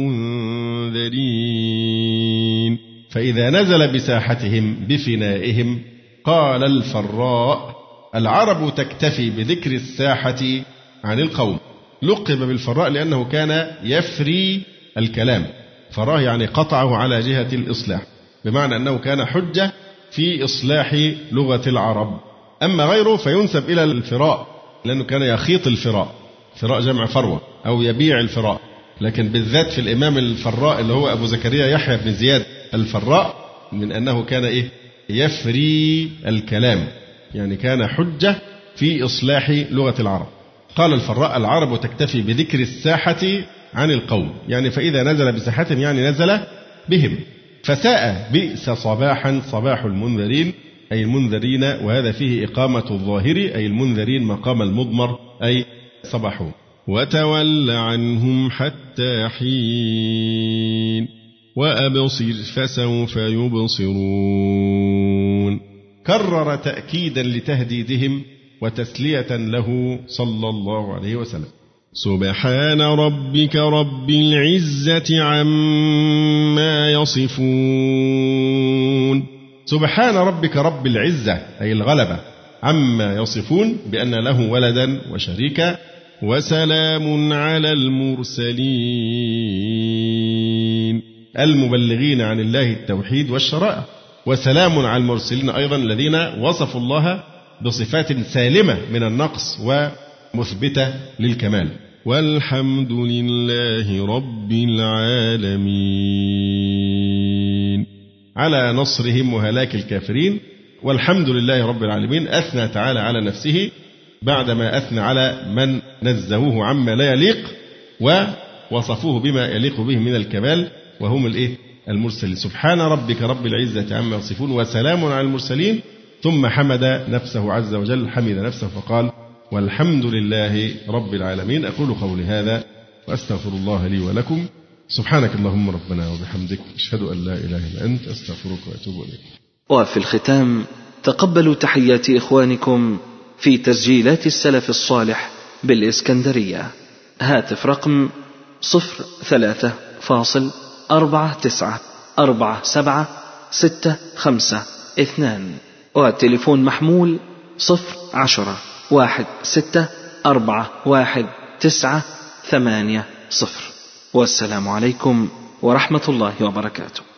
المنذرين. فإذا نزل بساحتهم بفنائهم. قال الفراء: العرب تكتفي بذكر الساحة عن القوم. لقب بالفراء لأنه كان يفري الكلام. فراه يعني قطعه على جهة الإصلاح، بمعنى أنه كان حجة في إصلاح لغة العرب. أما غيره فينسب إلى الفراء لأنه كان يخيط الفراء. فراء جمع فروة أو يبيع الفراء، لكن بالذات في الإمام الفراء اللي هو أبو زكريا يحيى بن زياد الفراء، من أنه كان إيه؟ يفري الكلام، يعني كان حجة في إصلاح لغة العرب. قال الفراء: العرب تكتفي بذكر الساحة عن القوم، يعني فإذا نزل بساحتهم يعني نزل بهم. فساء بئس صباحا صباح المنذرين، أي المنذرين، وهذا فيه إقامة الظاهر أي المنذرين مقام المضمر أي صباحون. وتول عنهم حتى حين وأبصر فسوف يبصرون. كرر تأكيدا لتهديدهم وتسلية له صلى الله عليه وسلم. سبحان ربك رب العزة عما يصفون. سبحان ربك رب العزة أي الغلبة عما يصفون بأن له ولدا وشريكا. وسلام على المرسلين المبلغين عن الله التوحيد والشرائع. وسلام على المرسلين أيضا الذين وصفوا الله بصفات سالمة من النقص ومثبتة للكمال. والحمد لله رب العالمين على نصرهم وهلاك الكافرين. والحمد لله رب العالمين أثنى تعالى على نفسه بعدما أثنى على من نزهوه عما لا يليق ووصفوه بما يليق به من الكمال، وهم الإيه؟ المرسلين. سبحان ربك رب العزة عما يصفون وسلام على المرسلين. ثم حمد نفسه عز وجل، حمد نفسه فقال: والحمد لله رب العالمين. أقول قولي هذا وأستغفر الله لي ولكم. سبحانك اللهم ربنا وبحمدك، أشهد أن لا إله إلا أنت، أستغفرك وأتوب إليك. وفي الختام تقبلوا تحيات إخوانكم في تسجيلات السلف الصالح بالإسكندرية. هاتف رقم صفر ثلاثة فاصل أربعة تسعة أربعة سبعة ستة خمسة اثنان، والتليفون محمول صفر عشرة واحد ستة أربعة واحد تسعة ثمانية صفر. والسلام عليكم ورحمة الله وبركاته.